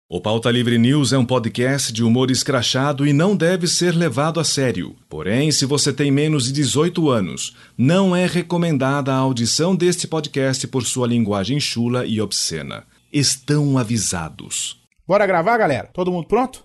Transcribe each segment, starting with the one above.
O Pauta Livre News é um podcast de humor escrachado e não deve ser levado a sério. Porém, se você tem menos de 18 anos, não é recomendada a audição deste podcast por sua linguagem chula e obscena. Estão avisados. Bora gravar, galera? Todo mundo pronto?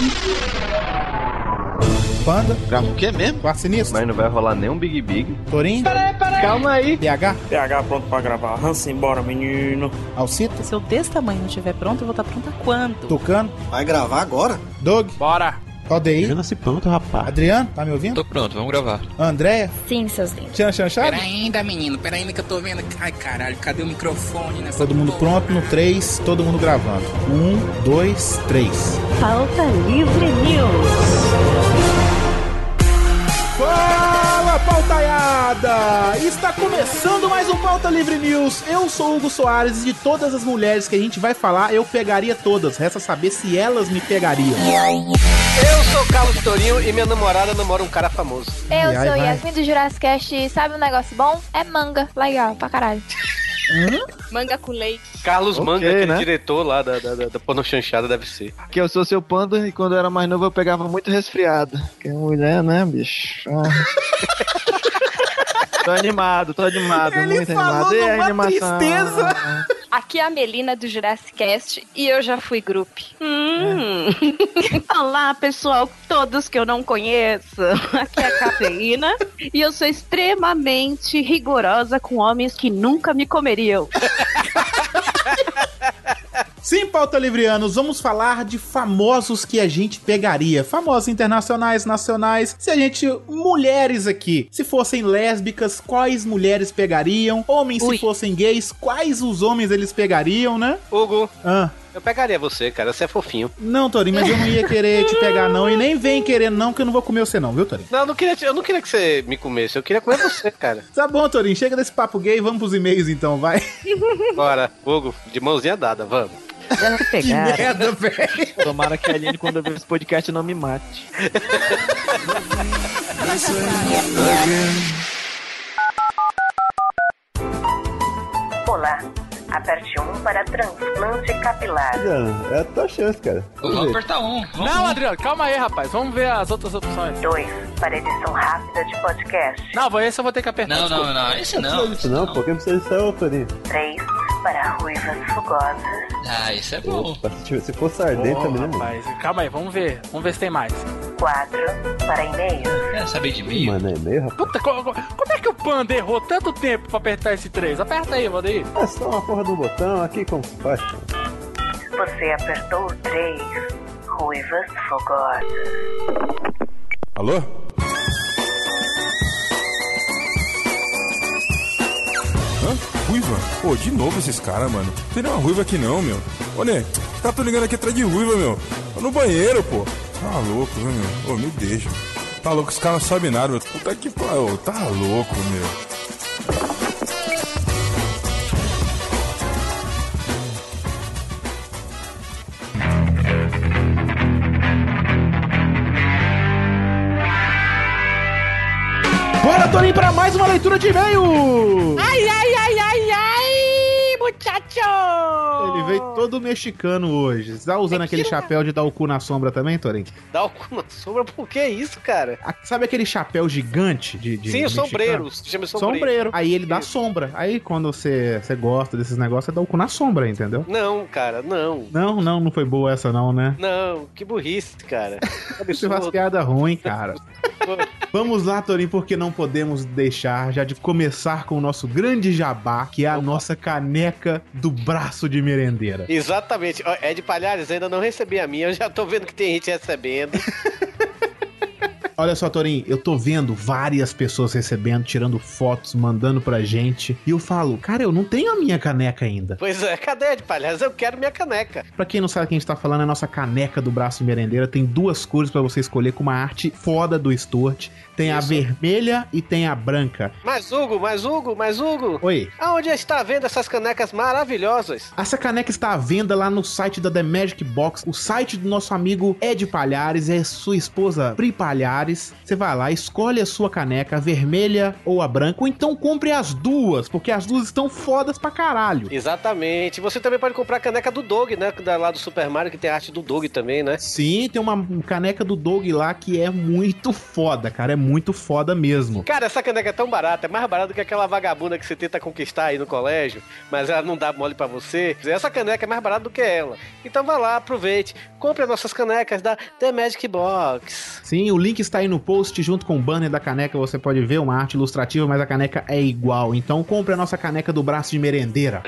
Panda. Grava o quê mesmo? Quarto Sinistro. Mas não vai rolar nem um Big Big. Torinho. Peraí. Calma aí. PH. PH pronto pra gravar. Hansen, bora, menino. Alcita. Se eu desse tamanho não estiver pronto, eu vou estar pronta quando? Tucano. Vai gravar agora? Doug. Bora. Aldeir. Eu nasci pronto, rapaz. Adriano, tá me ouvindo? Tô pronto, vamos gravar. Andréia. Sim, seus lindos. Tchan Chanchado. Pera ainda, menino, pera ainda que eu tô vendo. Ai, caralho, cadê o microfone nessa Todo mundo pronto no 3, todo mundo gravando. 1, 2, 3. Pauta Livre News. Fala, pautaiada! Está começando mais um Pauta Livre News. Eu sou o Hugo Soares e de todas as mulheres que a gente vai falar, eu pegaria todas. Resta saber se elas me pegariam. Eu sou o Carlos Torinho e minha namorada namora um cara famoso. Eu sou Yasmin do Jurassic Cast. Sabe um negócio bom? É manga. Legal, pra caralho. Manga com leite. Carlos Ok, Manga, aquele né? diretor lá da porno chanchada, deve ser. Que eu sou seu panda e quando eu era mais novo eu pegava muito resfriado. Que mulher, né, bicho? Tô animado, Ele muito falou animado. E a numa animação? Tristeza. Aqui é a Melina do Jurassic Cast e eu já fui group. Olá, pessoal, todos que eu não conheço. Aqui é a Cafeína e eu sou extremamente rigorosa com homens que nunca me comeriam. Sim, pauta livrianos, vamos falar de famosos que a gente pegaria. Famosos internacionais, nacionais. Se a gente... Mulheres aqui. Se fossem lésbicas, quais mulheres pegariam? Homens, se fossem gays, quais os homens eles pegariam, né? Hugo, Ah... eu pegaria você, cara, você é fofinho. Não, Torinho, mas eu não ia querer te pegar, não. E nem vem querendo, não, que eu não vou comer você, não, viu, Torinho? Não, eu não queria que você me comesse, eu queria comer você, cara. Tá bom, Torinho, chega desse papo gay, vamos pros e-mails então, vai. Bora, Hugo, de mãozinha dada, vamos. Já não Que pegaram. merda, velho. Tomara que a Aline, quando eu ver esse podcast, não me mate. Olá. Aperte 1 para transplante capilar. É a tua chance, cara. Vamos apertar um. Não, Adriano, calma aí, rapaz. Vamos ver as outras opções. 2 para edição rápida de podcast. Não, esse eu vou ter que apertar. Não, desculpa. não, esse Não não. precisa disso não, pô. Quem precisa disso é o Torinho. 3 para ruivas fogosas. Ah, isso é bom. Opa, se fosse ardente também, né, mano? Rapaz, calma aí, vamos ver se tem mais. 4 para e-mails. Quer saber de mim? Mano, é meio, rapaz. Puta, como é que o Panda errou tanto tempo pra apertar esse 3? Aperta aí, Valdeir. É só uma porra do botão aqui, como se faz, pô. Você apertou o 3. Ruivas fogosas. Alô? Hã? Ruiva? Pô, de novo esses caras, mano. Não tem nenhuma ruiva aqui não, meu. Ô, Né, tá tô ligando aqui atrás de ruiva, meu. Tô no banheiro, pô. Tá louco, viu, meu? Ô, me deixa. Tá louco, os caras não sabem nada, meu. Puta que pariu. Tá louco, meu. Bora, Torinho, pra mais uma leitura de e-mail! Ai, muchacho! Ele veio todo mexicano hoje. Você tá usando aquele chapéu de dar o cu na sombra também, Torinho? Dá o cu na sombra, por que isso, cara? Sabe aquele chapéu gigante de Sim, o mexicano? sombreiro, se chama Sombreiro. Aí ele dá sombra. Aí quando você gosta desses negócios, você dá o cu na sombra, entendeu? Não, cara, não. Não foi boa essa não, né? Não, que burrice, cara. Isso faz piada ruim, cara. Vamos lá, Torinho, porque não podemos deixar já de começar com o nosso grande jabá, que é a nossa caneca do braço de merendeira. Exatamente. Ó, Ed Palhares, ainda não recebi a minha, eu já tô vendo que tem gente recebendo. Olha só, Torinho, eu tô vendo várias pessoas recebendo, tirando fotos, mandando pra gente. E eu falo, cara, eu não tenho a minha caneca ainda. Pois é, cadê, Ed Palhares? Eu quero minha caneca. Pra quem não sabe quem a gente tá falando, é a nossa caneca do braço de merendeira. Tem 2 cores pra você escolher com uma arte foda do Stuart. Tem a vermelha e tem a branca. Mas Hugo. Oi. Aonde está vendo essas canecas maravilhosas? Essa caneca está à venda lá no site da The Magic Box, o site do nosso amigo Ed Palhares, é sua esposa Pri Palhares. Soares, você vai lá, escolhe a sua caneca, a vermelha ou a branca, ou então compre as duas, porque as duas estão fodas pra caralho. Exatamente. Você também pode comprar a caneca do Doug, né? Lá do Super Mario, que tem a arte do Doug também, né? Sim, tem uma caneca do Doug lá que é muito foda, cara, é muito foda mesmo. Cara, essa caneca é tão barata, é mais barata do que aquela vagabunda que você tenta conquistar aí no colégio, mas ela não dá mole pra você. Essa caneca é mais barata do que ela. Então vai lá, aproveite, compre as nossas canecas da The Magic Box. Sim, o link está aí no post, junto com o banner da caneca, você pode ver uma arte ilustrativa, mas a caneca é igual. Então compre a nossa caneca do Braço de Merendeira.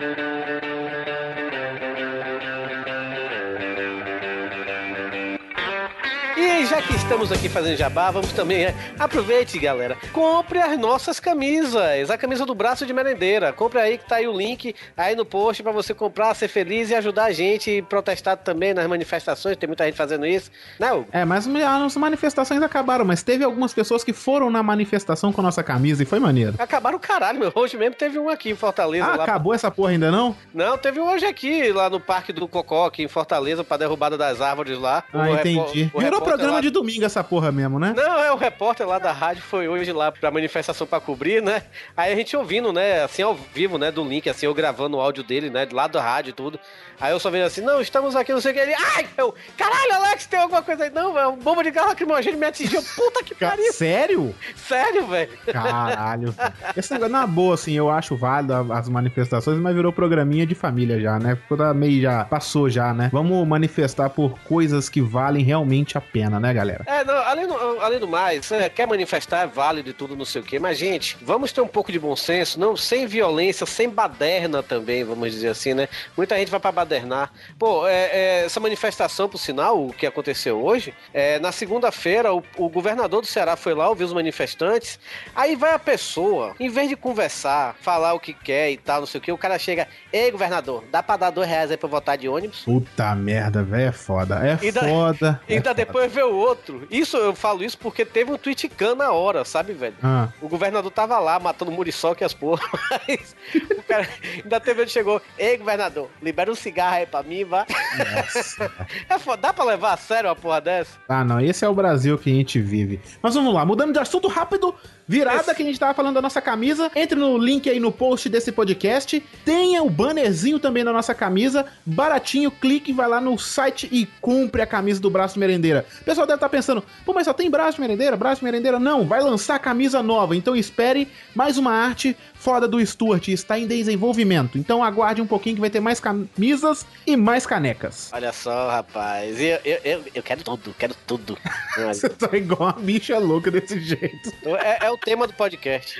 E já que estamos aqui fazendo jabá, vamos também, aproveite, galera, compre as nossas camisas, a camisa do Braço de Merendeira, compre aí que tá aí o link aí no post pra você comprar, ser feliz e ajudar a gente e protestar também nas manifestações, tem muita gente fazendo isso, né, Hugo? Mas as manifestações acabaram, mas teve algumas pessoas que foram na manifestação com a nossa camisa e foi maneiro. Acabaram o caralho, meu, hoje mesmo teve um aqui em Fortaleza. Ah, lá acabou essa porra ainda não? Não, teve um hoje aqui, lá no Parque do Cocó, aqui em Fortaleza, pra derrubada das árvores lá. Entendi. Virou programa de domingo essa porra mesmo, né? Não, o repórter lá da rádio foi hoje lá pra manifestação pra cobrir, né? Aí a gente ouvindo, né, assim, ao vivo, né, do link, assim, eu gravando o áudio dele, né, do lado da rádio e tudo. Aí eu só vendo assim, não, estamos aqui, não sei o que, ele, caralho, Alex, tem alguma coisa aí? Não, velho, bomba de gás lacrimogêneo me atingiu, puta que pariu. Sério? Sério, velho. Caralho. Esse negócio, na boa, assim, eu acho válido as manifestações, mas virou programinha de família já, né? Meio já, passou já, né? Vamos manifestar por coisas que valem realmente a pena, né, galera? Não, além do mais, quer manifestar, é válido e tudo, não sei o que, mas, gente, vamos ter um pouco de bom senso, não, sem violência, sem baderna também, vamos dizer assim, né? Muita gente vai pra badernar. Pô, essa manifestação, por sinal, o que aconteceu hoje, na segunda-feira, o governador do Ceará foi lá ouvir os manifestantes, aí vai a pessoa, em vez de conversar, falar o que quer e tal, não sei o que, o cara chega, ei, governador, dá pra dar R$2 aí pra votar de ônibus? Puta merda, velho, é foda, foda. Ainda depois vê o outro. Eu falo isso porque teve um tweetcan na hora, sabe, velho? O governador tava lá, matando muriçoca e as porra, mas o cara ainda teve onde chegou, ei, governador, libera um cigarro aí pra mim, vá. Nossa. Foda, dá pra levar a sério uma porra dessa? Ah, não, esse é o Brasil que a gente vive. Mas vamos lá, mudando de assunto rápido, virada que a gente tava falando da nossa camisa, entre no link aí no post desse podcast, tenha o bannerzinho também da nossa camisa, baratinho, clique, vai lá no site e compre a camisa do Braço de Merendeira. O pessoal deve estar pensando, pô, mas só tem Braço de Merendeira? Braço de Merendeira? Não, vai lançar camisa nova, então espere mais uma arte foda do Stuart, está em desenvolvimento, então aguarde um pouquinho que vai ter mais camisas e mais canecas. Olha só, rapaz, eu quero tudo. Você tá igual uma bicha louca desse jeito. É o tema do podcast.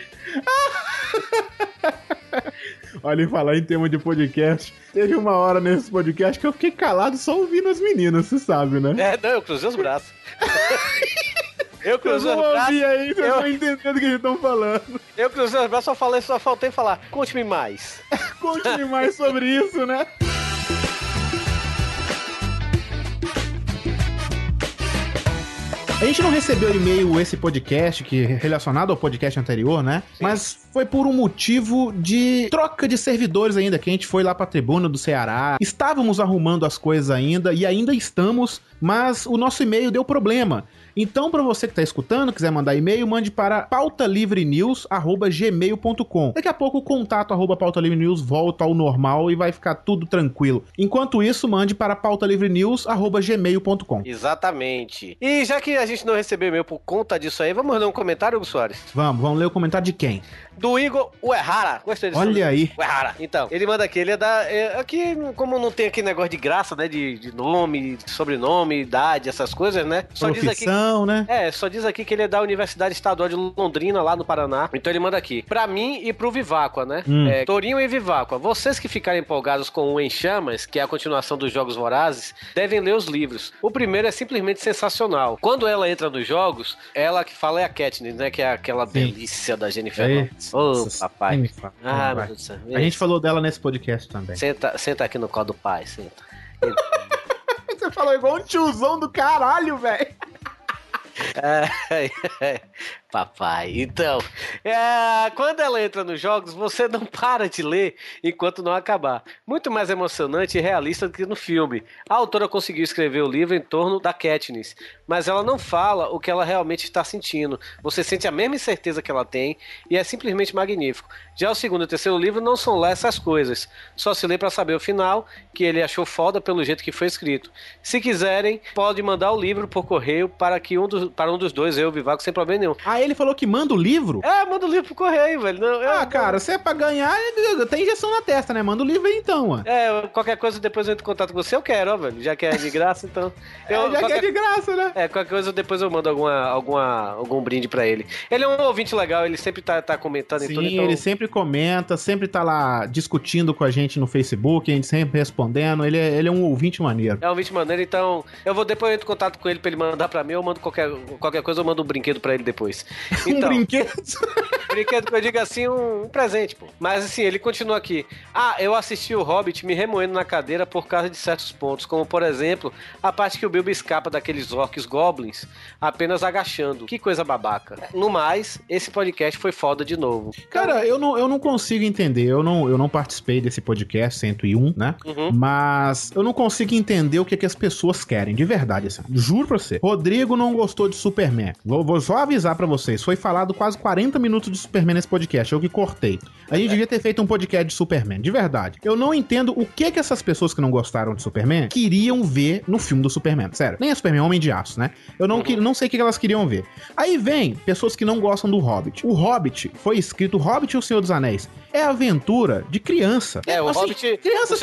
Olha, e falar em tema de podcast, teve uma hora nesse podcast que eu fiquei calado só ouvindo as meninas, você sabe, né? Eu cruzei os braços. Eu cruzei os braços. Aí, vocês estão entendendo o que eles estão falando. Eu cruzei os braços, só faltei falar, conte-me mais. Conte-me mais sobre isso, né? A gente não recebeu e-mail esse podcast, que relacionado ao podcast anterior, né? Sim. Mas foi por um motivo de troca de servidores ainda, que a gente foi lá pra Tribuna do Ceará. Estávamos arrumando as coisas ainda, e ainda estamos, mas o nosso e-mail deu problema. Então, para você que tá escutando, quiser mandar e-mail, mande para pautalivrenews@gmail.com. Daqui a pouco o contato @pautalivrenews volta ao normal e vai ficar tudo tranquilo. Enquanto isso, mande para pautalivrenews@gmail.com. Exatamente. E já que a gente não recebeu e-mail por conta disso aí, vamos ler um comentário, Hugo Soares? Vamos ler o comentário de quem? Do Igor Uehara. Gostei disso. Olha aí. Uehara. Então, ele manda aqui, ele é da... aqui, como não tem aqui negócio de graça, né, de nome, sobrenome, idade, essas coisas, né? Só profissão, diz aqui, né? Só diz aqui que ele é da Universidade Estadual de Londrina, lá no Paraná. Então ele manda aqui, pra mim e pro Viváqua, né? Torinho e Viváqua, vocês que ficarem empolgados com o Em Chamas, que é a continuação dos Jogos Vorazes, devem ler os livros. O primeiro é simplesmente sensacional. Quando ela entra nos jogos, ela que fala é a Katniss, né? Que é aquela delícia da Jennifer Lawrence. Ô, papai. Meu Deus do céu. A gente falou dela nesse podcast também. Senta aqui no colo do pai, senta. Você falou igual um tiozão do caralho, velho. papai. Então, quando ela entra nos jogos, você não para de ler enquanto não acabar. Muito mais emocionante e realista do que no filme. A autora conseguiu escrever o livro em torno da Katniss, mas ela não fala o que ela realmente está sentindo. Você sente a mesma incerteza que ela tem e é simplesmente magnífico. Já o segundo e terceiro livro não são lá essas coisas. Só se lê para saber o final, que ele achou foda pelo jeito que foi escrito. Se quiserem, pode mandar o livro por correio para um dos dois, eu e o Vivaco, sem problema nenhum. Ah, ele falou que manda o livro? Manda o livro por correio, velho. Cara, se é pra ganhar, tem injeção na testa, né? Manda o livro aí então, mano. Qualquer coisa depois eu entro em contato com você, eu quero, ó, velho. Já que é de graça, então. Já que é de graça, né? Qualquer coisa depois eu mando algum brinde pra ele. Ele é um ouvinte legal, ele sempre tá comentando em tudo. Sim, ele sempre comenta, sempre tá lá discutindo com a gente no Facebook, a gente sempre respondendo. Ele é um ouvinte maneiro. É um ouvinte maneiro, então depois eu entro em contato com ele pra ele mandar pra mim, eu mando qualquer coisa, eu mando um brinquedo pra ele depois. Então, um brinquedo? Brinquedo que eu digo assim, um presente, pô. Mas assim, ele continua aqui. Eu assisti o Hobbit me remoendo na cadeira por causa de certos pontos, como por exemplo, a parte que o Bilbo escapa daqueles orcs goblins apenas agachando. Que coisa babaca. No mais, esse podcast foi foda de novo. Cara, eu não consigo entender. Eu não participei desse podcast 101, né? Uhum. Mas eu não consigo entender o que as pessoas querem, de verdade, assim. Juro pra você. Rodrigo não gostou de Superman. Vou só avisar pra vocês. Foi falado quase 40 minutos de Superman nesse podcast. Eu que cortei. A gente devia ter feito um podcast de Superman, de verdade. Eu não entendo o que essas pessoas que não gostaram de Superman queriam ver no filme do Superman. Sério. Nem é Superman, Homem de Aço, né? Eu não sei o que elas queriam ver. Aí vem pessoas que não gostam do Hobbit. O Hobbit foi escrito, o Hobbit e o Senhor dos Anéis. É aventura de criança. O assim, Hobbit... Criança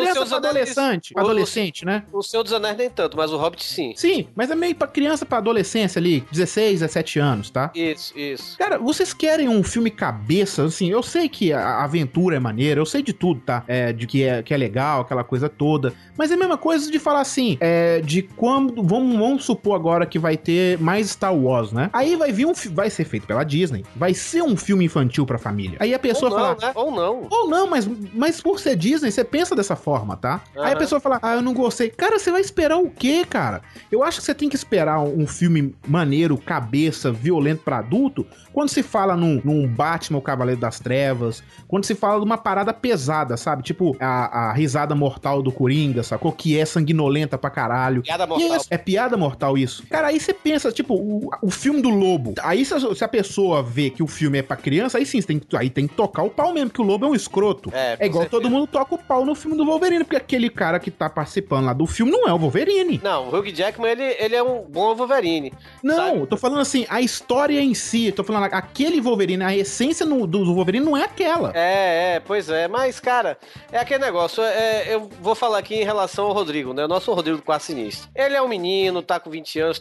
pra adolescente, né? O Senhor dos Anéis nem tanto, mas o Hobbit sim. Sim, mas é meio pra criança, pra adolescência ali, 16, 17 anos, tá? Isso. Cara, vocês querem um filme cabeça, assim, eu sei que a aventura é maneira, eu sei de tudo, tá? De que é legal, aquela coisa toda, mas é a mesma coisa de falar assim, de quando, vamos supor agora que vai ter mais Star Wars, né? Aí vai vir vai ser feito pela Disney, vai ser um filme infantil pra família. Aí a pessoa fala... Né? Ou não, mas por ser Disney, você pensa dessa forma, tá? Uhum. Aí a pessoa fala, eu não gostei. Cara, você vai esperar o quê, cara? Eu acho que você tem que esperar um filme maneiro, cabeça, violento pra adulto, quando se fala num Batman, o Cavaleiro das Trevas, quando se fala de uma parada pesada, sabe? Tipo, a risada mortal do Coringa, sacou? Que é sanguinolenta pra caralho. Piada mortal. É piada mortal isso. Cara, aí você pensa, tipo, o filme do Lobo. Aí se a pessoa vê que o filme é pra criança, aí sim, aí tem que tocar o pau mesmo, que o Lobo é um escroto. É igual certeza. Todo mundo toca o pau no filme do Wolverine, porque aquele cara que tá participando lá do filme não é o Wolverine. Não, o Hugh Jackman, ele é um bom Wolverine. Não, sabe? Tô falando assim, a história em si, tô falando aquele Wolverine, a essência do Wolverine não é aquela. Pois é, mas, cara, é aquele negócio, eu vou falar aqui em relação ao Rodrigo, né, o nosso Rodrigo do Quarto Sinistro. Ele é um menino, tá com 20 anos,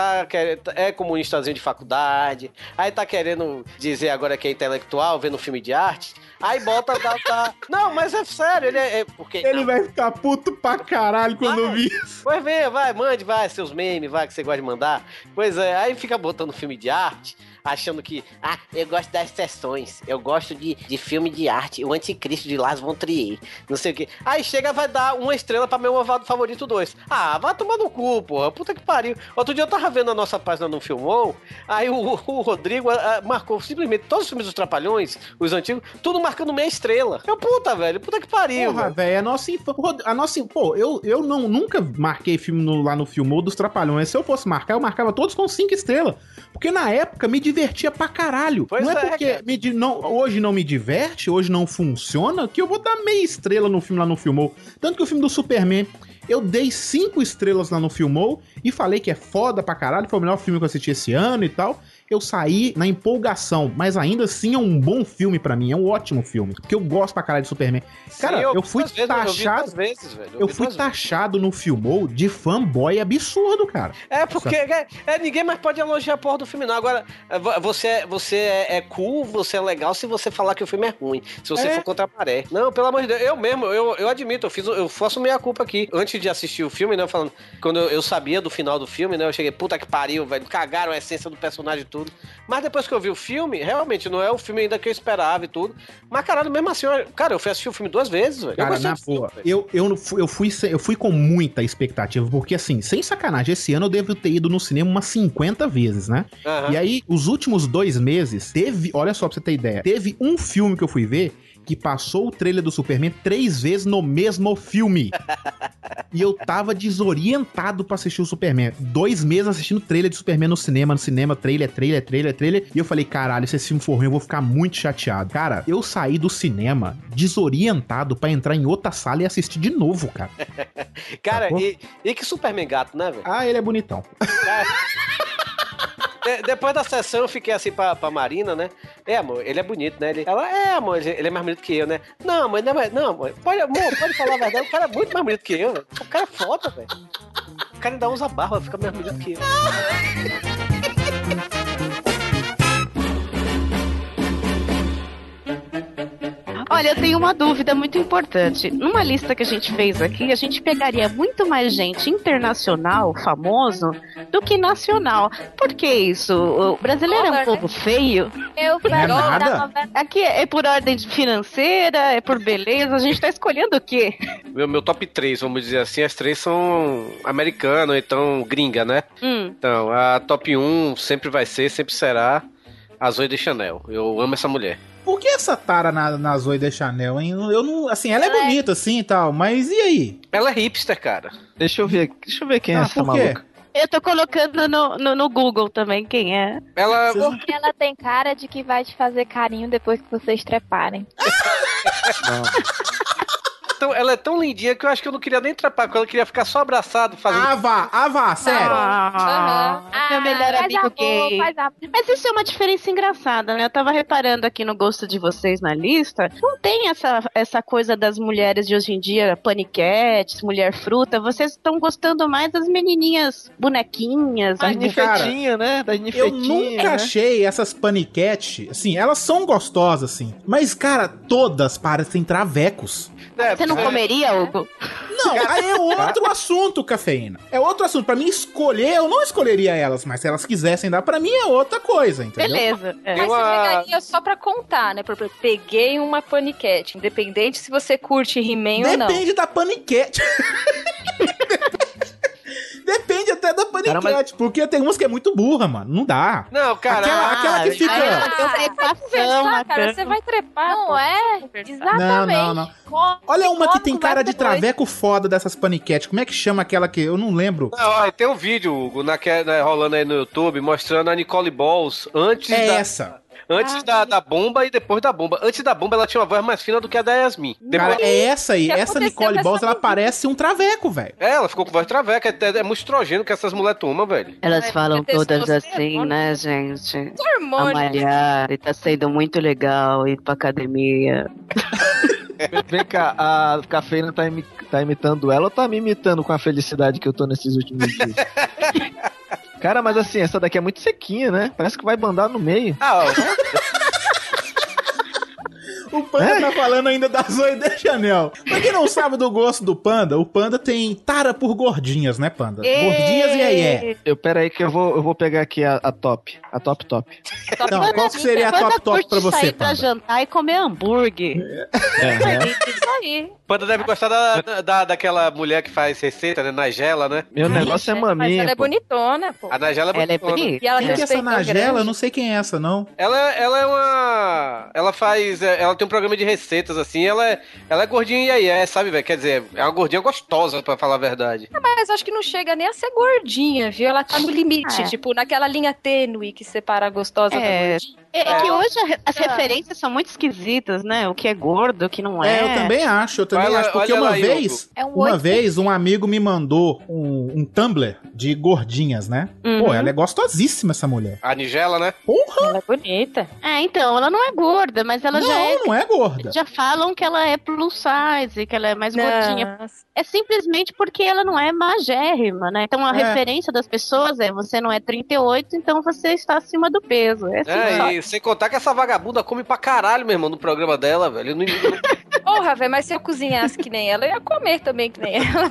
é comunistazinho de faculdade, aí tá querendo dizer agora que é intelectual, vendo filme de arte, aí bota, Não, mas é sério, porque... Ele vai ficar puto pra caralho quando vir isso. Pois vem, mande, seus memes, que você gosta de mandar. Pois é, aí fica botando filme de arte, achando que, eu gosto das sessões, eu gosto de filme de arte, o Anticristo de Lars von Trier, não sei o que. Aí chega, vai dar 1 estrela pra meu Malvado Favorito 2. Vai tomar no cu, porra, puta que pariu. Outro dia eu tava vendo a nossa página no Filmou, aí o Rodrigo marcou simplesmente todos os filmes dos Trapalhões, os antigos, tudo marcando meia estrela. Puta que pariu. Porra, velho, a nossa... Pô, eu nunca marquei filme lá no Filmou dos Trapalhões. Se eu fosse marcar, eu marcava todos com 5 estrelas. Porque na época me divertia pra caralho. Pois não é porque hoje não me diverte, hoje não funciona, que eu vou dar meia estrela no filme lá no Filmou. Tanto que o filme do Superman, eu dei 5 estrelas lá no Filmou e falei que é foda pra caralho, foi o melhor filme que eu assisti esse ano e tal. Eu saí na empolgação, mas ainda assim é um bom filme pra mim, é um ótimo filme, porque eu gosto pra caralho de Superman. Cara, sim, eu fui taxado, eu fui taxado no Filmou de fanboy absurdo, cara. Porque ninguém mais pode elogiar a porra do filme, não. Agora, você é cool, você é legal se você falar que o filme é ruim, se você for contra a maré. Não, pelo amor de Deus, eu admito, eu faço meia culpa aqui. Antes de assistir o filme, né, falando, quando eu sabia do final do filme, né, eu cheguei, puta que pariu, velho, cagaram a essência do personagem tudo. tudo. Mas depois que eu vi o filme, realmente não é o filme ainda que eu esperava e tudo. Mas, caralho, mesmo assim, cara, eu fui assistir o filme 2 vezes, velho. Cara, na boa, eu fui com muita expectativa, porque assim, sem sacanagem, esse ano eu devo ter ido no cinema umas 50 vezes, né? Aham. E aí, os últimos 2 meses, olha só pra você ter ideia, teve um filme que eu fui ver que passou o trailer do Superman 3 vezes no mesmo filme. E eu tava desorientado pra assistir o Superman. 2 meses assistindo trailer de Superman no cinema, trailer. E eu falei, caralho, se esse filme for ruim, eu vou ficar muito chateado. Cara, eu saí do cinema desorientado pra entrar em outra sala e assistir de novo, cara. Cara, e que Superman gato, né, velho? Ah, ele é bonitão. Depois da sessão eu fiquei assim pra Marina, né? Amor, ele é bonito, né? Amor, ele é mais bonito que eu, né? Não, amor, amor, pode falar a verdade, o cara é muito mais bonito que eu, velho. O cara é foda, velho. O cara ainda usa barba, fica mais bonito que eu. Olha, eu tenho uma dúvida muito importante. Numa lista que a gente fez aqui, a gente pegaria muito mais gente internacional, famoso, do que nacional. Por que isso? O brasileiro é um povo feio? Eu Não é nada. Aqui é por ordem financeira, é por beleza, a gente tá escolhendo o quê? Meu top 3, vamos dizer assim, as 3 são americano, então gringa, né? Então, a top 1 sempre vai ser, sempre será a Zooey Deschanel. Eu amo essa mulher. Por que essa tara na Zooey Deschanel, hein? Eu não, assim, ela é bonita, assim, e tal, mas e aí? Ela é hipster, cara. Deixa eu ver quem é essa por quê? maluca. Eu tô colocando no Google também quem é. Ela... Porque ela tem cara de que vai te fazer carinho depois que vocês treparem. Então, ela é tão lindinha que eu acho que eu não queria nem trepar com ela, eu queria ficar só abraçado, fazendo... Vá, sério. Meu melhor amigo gay. Mas isso é uma diferença engraçada, né? Eu tava reparando aqui no gosto de vocês na lista. Não tem essa coisa das mulheres de hoje em dia, paniquetes, mulher fruta. Vocês estão gostando mais das menininhas bonequinhas. Das nifetinhas, né? Das Eu nifetinhas, nunca né? achei essas paniquete, assim, elas são gostosas, assim. Mas, cara, todas parecem travecos. Você não comeria, Hugo? Não, aí é outro assunto, Cafeína. É outro assunto. Pra mim escolher, eu não escolheria elas, mas se elas quisessem dar, pra mim é outra coisa, entendeu? Beleza. Mas você pegaria só pra contar, né? Porque eu peguei uma paniquete, independente se você curte He-Man ou não. Depende da paniquete. Depende até da paniquete, porque tem umas que é muito burra, mano. Não dá. Não, cara. Aquela que fica... Cara, você vai trepar, não é? Exatamente. Não. Olha uma que tem cara de traveco foda dessas paniquete. Como é que chama aquela que... Eu não lembro. Não, ó, tem um vídeo, Hugo, rolando aí no YouTube, mostrando a Nicole Balls antes essa. Antes da bomba e depois da bomba. Antes da bomba, ela tinha uma voz mais fina do que a da Yasmin. Cara, é essa aí. Essa Nicole Balls, ela parece um traveco, velho. Ela ficou com voz traveca. É muito estrogênio que essas mulheres tomam, velho. Elas falam todas assim, né, gente? Hormônio. A malhar, e tá sendo muito legal ir pra academia. Vem cá, a Cafeína tá imitando ela ou tá me imitando com a felicidade que eu tô nesses últimos dias? Cara, mas assim, essa daqui é muito sequinha, né? Parece que vai bandar no meio. O Panda tá falando ainda da Zooey Deschanel. Pra quem não sabe do gosto do Panda, o Panda tem tara por gordinhas, né, Panda? Gordinhas e aí é. Pera aí que eu vou pegar aqui a top. A top. Não, qual que seria a top pra você, sair pra Panda? jantar e comer hambúrguer. Isso aí. Panda deve gostar daquela mulher que faz receita, né? Nigela, né? Meu negócio é Mas maminha, ela é pô. bonitona, pô. A Nigela é Ela é bonitona. bonita. E ela Quem que é essa respeita a Nagela? grande. Eu não sei quem é essa, não. Ela é uma... Ela faz... Ela tem um programa de receitas, assim. Ela é gordinha e aí, sabe, velho? Quer dizer, é uma gordinha gostosa, pra falar a verdade. Mas acho que não chega nem a ser gordinha, viu? Ela tá no limite, É. tipo, naquela linha tênue que separa a gostosa da gordinha. É que hoje as referências são muito esquisitas, né? O que é gordo, o que não é. Eu também acho, porque olha uma lá aí, vez, É um uma oito. vez um amigo me mandou um Tumblr de gordinhas, né? Uhum. Pô, ela é gostosíssima, essa mulher. A Nigela, né? Porra! Ela é bonita. Então, ela não é gorda, mas ela Não é gorda. já falam que ela é plus size, que ela é mais gordinha. É simplesmente porque ela não é magérrima, né? Então a referência das pessoas é: você não é 38, então você está acima do peso. É assim só. E sem contar que essa vagabunda come pra caralho, meu irmão, no programa dela, velho. Porra, velho, mas se eu cozinhasse que nem ela, eu ia comer também que nem ela.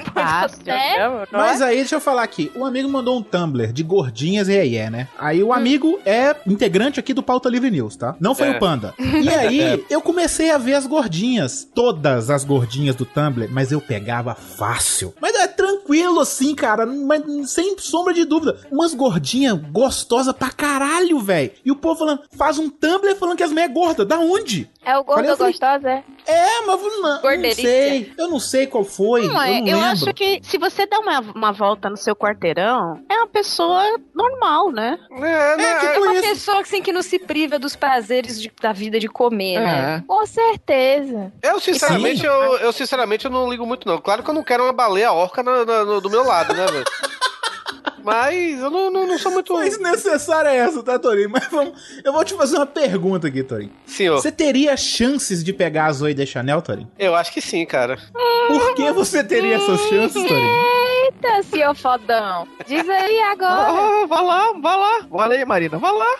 Mas aí, deixa eu falar aqui. O amigo mandou um Tumblr de gordinhas e né? Aí o amigo é integrante aqui do Pauta Livre News, tá? Não foi o Panda. E aí, eu comecei a ver as gordinhas. Todas as gordinhas do Tumblr, mas eu pegava fácil. Mas é tranquilo assim, cara. Mas sem sombra de dúvida. Umas gordinhas gostosas pra caralho, velho. E o povo falando, faz um Tumblr falando que as mulheres é gorda. Da onde? É o gordo gostosa, é? É, mas não sei. Eu não sei qual foi. Eu acho que se você dá uma volta no seu quarteirão, é uma pessoa normal, né? É uma pessoa assim, que não se priva dos prazeres da vida de comer, né? Com certeza. Eu, sinceramente, eu não ligo muito, não. Claro que eu não quero uma baleia orca do meu lado, né, velho? Mas eu não sou muito... Mas necessária é essa, tá, Torinho? Mas eu vou te fazer uma pergunta aqui, Torinho. Senhor. Você teria chances de pegar a Zoe Deschanel, Torinho? Eu acho que sim, cara. Por que você teria essas chances, Torinho? Eita, senhor fodão. Diz aí agora. Vai lá. Olha aí, Marina. Vai lá.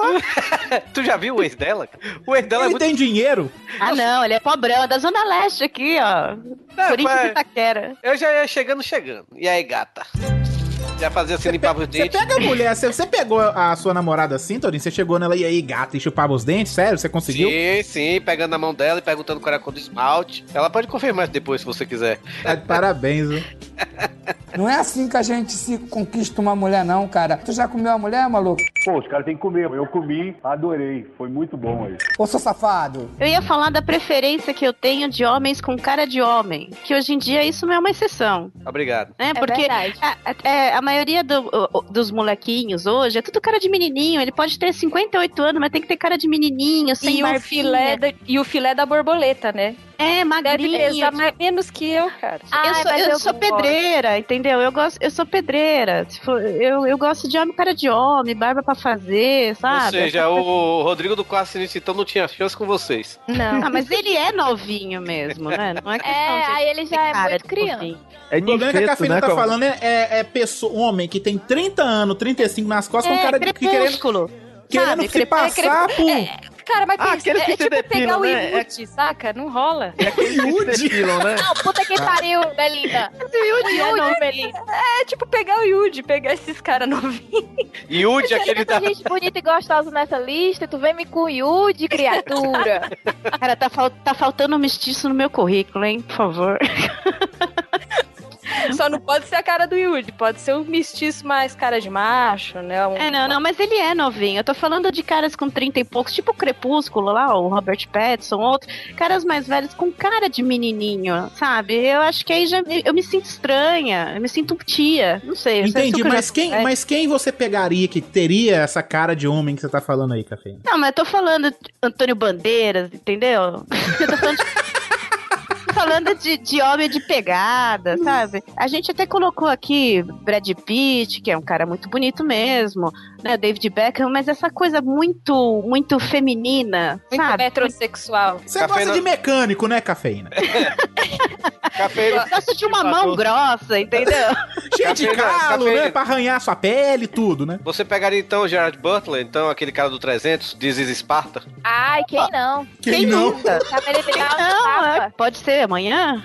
Tu já viu o ex dela? O ex dela ele tem dinheiro? Ah, não. Ele é pobrão. Da Zona Leste aqui, ó. Corinthians e Itaquera. Eu já ia chegando. E aí, gata? Já fazia assim, limpava os dentes. Você pega a mulher, você pegou a sua namorada assim, Torinho? Você chegou nela e aí, gata, e chupava os dentes? Sério? Você conseguiu? Sim, pegando na mão dela e perguntando qual era a cor do esmalte. Ela pode confirmar depois, se você quiser. Parabéns, viu? Não é assim que a gente se conquista uma mulher, não, cara. Tu já comeu a mulher, maluco? Pô, os caras têm que comer. Eu comi, adorei. Foi muito bom aí. Ô, seu safado. Eu ia falar da preferência que eu tenho de homens com cara de homem. Que hoje em dia isso não é uma exceção. Obrigado. Porque a maioria dos molequinhos hoje é tudo cara de menininho. Ele pode ter 58 anos, mas tem que ter cara de menininho, sem e o filé da borboleta, né? É, magrinho. Deve pesar menos que eu, cara. Eu sou pedreira, entendeu? Eu sou pedreira. Eu gosto de homem, cara de homem, barba pra fazer, sabe? Ou seja, o Rodrigo do Quarto Sinistro então não tinha chance com vocês. Não, mas ele é novinho mesmo, né? Não é questão de aí ele já é muito criança. O problema é que a Cafeína tá falando um homem que tem 30 anos, 35 nas costas, com cara de querendo se passar por... Cara, mas é tipo depilam, pegar o né? Iude, saca? Não rola. É aquele que se depilam, né? Não, puta que pariu, Belinda. Iude, Belinda. É tipo pegar o Iude, pegar esses caras novinhos. Iude, aquele da... gente bonita e gostosa nessa lista, tu vem me com o Iude, criatura. Cara, tá faltando um mestiço no meu currículo, hein? Por favor. Só não pode ser a cara do Yudi, pode ser um mestiço mais cara de macho, né? Não, mas ele é novinho. Eu tô falando de caras com 30 e poucos, tipo o Crepúsculo lá, o Robert Pattinson, outro. Caras mais velhos com cara de menininho, sabe? Eu acho que aí eu me sinto estranha, eu me sinto tia, não sei. Entendi, mas quem você pegaria que teria essa cara de homem que você tá falando aí, Café? Não, mas eu tô falando de Antônio Bandeiras, entendeu? Eu tô falando de homem de pegada, sabe? A gente até colocou aqui Brad Pitt, que é um cara muito bonito mesmo, né? David Beckham, mas essa coisa muito, muito feminina, muito sabe? Metrosexual. Você gosta de mecânico, né, Cafeína? Eu gosto de uma mão grossa, entendeu? Cheio de calo, né? Pra arranhar sua pele e tudo, né? Você pegaria então o Gerard Butler, então aquele cara do 300, This is Sparta? Ai, quem não? Quem não? Pode ser amanhã?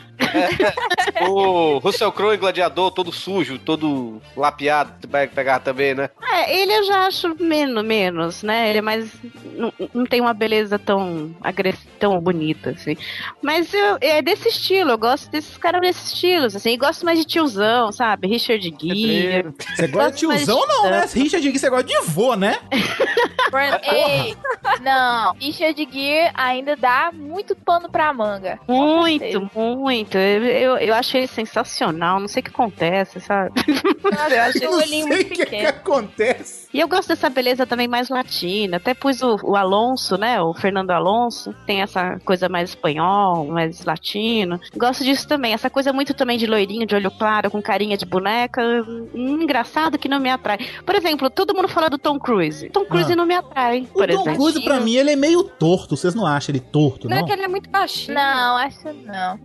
O Russell Crowe em Gladiador, todo sujo, todo lapiado, vai pegar também, né? Ele eu já acho menos, né? Ele é mais... Não tem uma beleza tão bonita, assim. Mas é desse estilo, eu gosto desses caras desse estilo, assim. Eu gosto mais de tiozão, sabe? Richard Gere. Você gosta de tiozão não, né? Richard Gere, você gosta de vô, né? Ei, não. Richard Gere ainda dá muito pano pra manga. Muito. Eu acho ele sensacional. Não sei o que acontece, sabe? Eu acho ele olhinho muito pequeno. O que acontece? E eu gosto dessa beleza também mais latina. Até pus o Alonso, né? O Fernando Alonso. Tem essa coisa mais espanhol, mais latino. Gosto disso também. Essa coisa muito também de loirinho, de olho claro, com carinha de boneca. Engraçado que não me atrai. Por exemplo, todo mundo fala do Tom Cruise. Tom Cruise não me atrai, por exemplo. O Tom Cruise, pra mim, ele é meio torto. Vocês não acham ele torto, não? Não é que ele é muito baixinho. Não, acho não.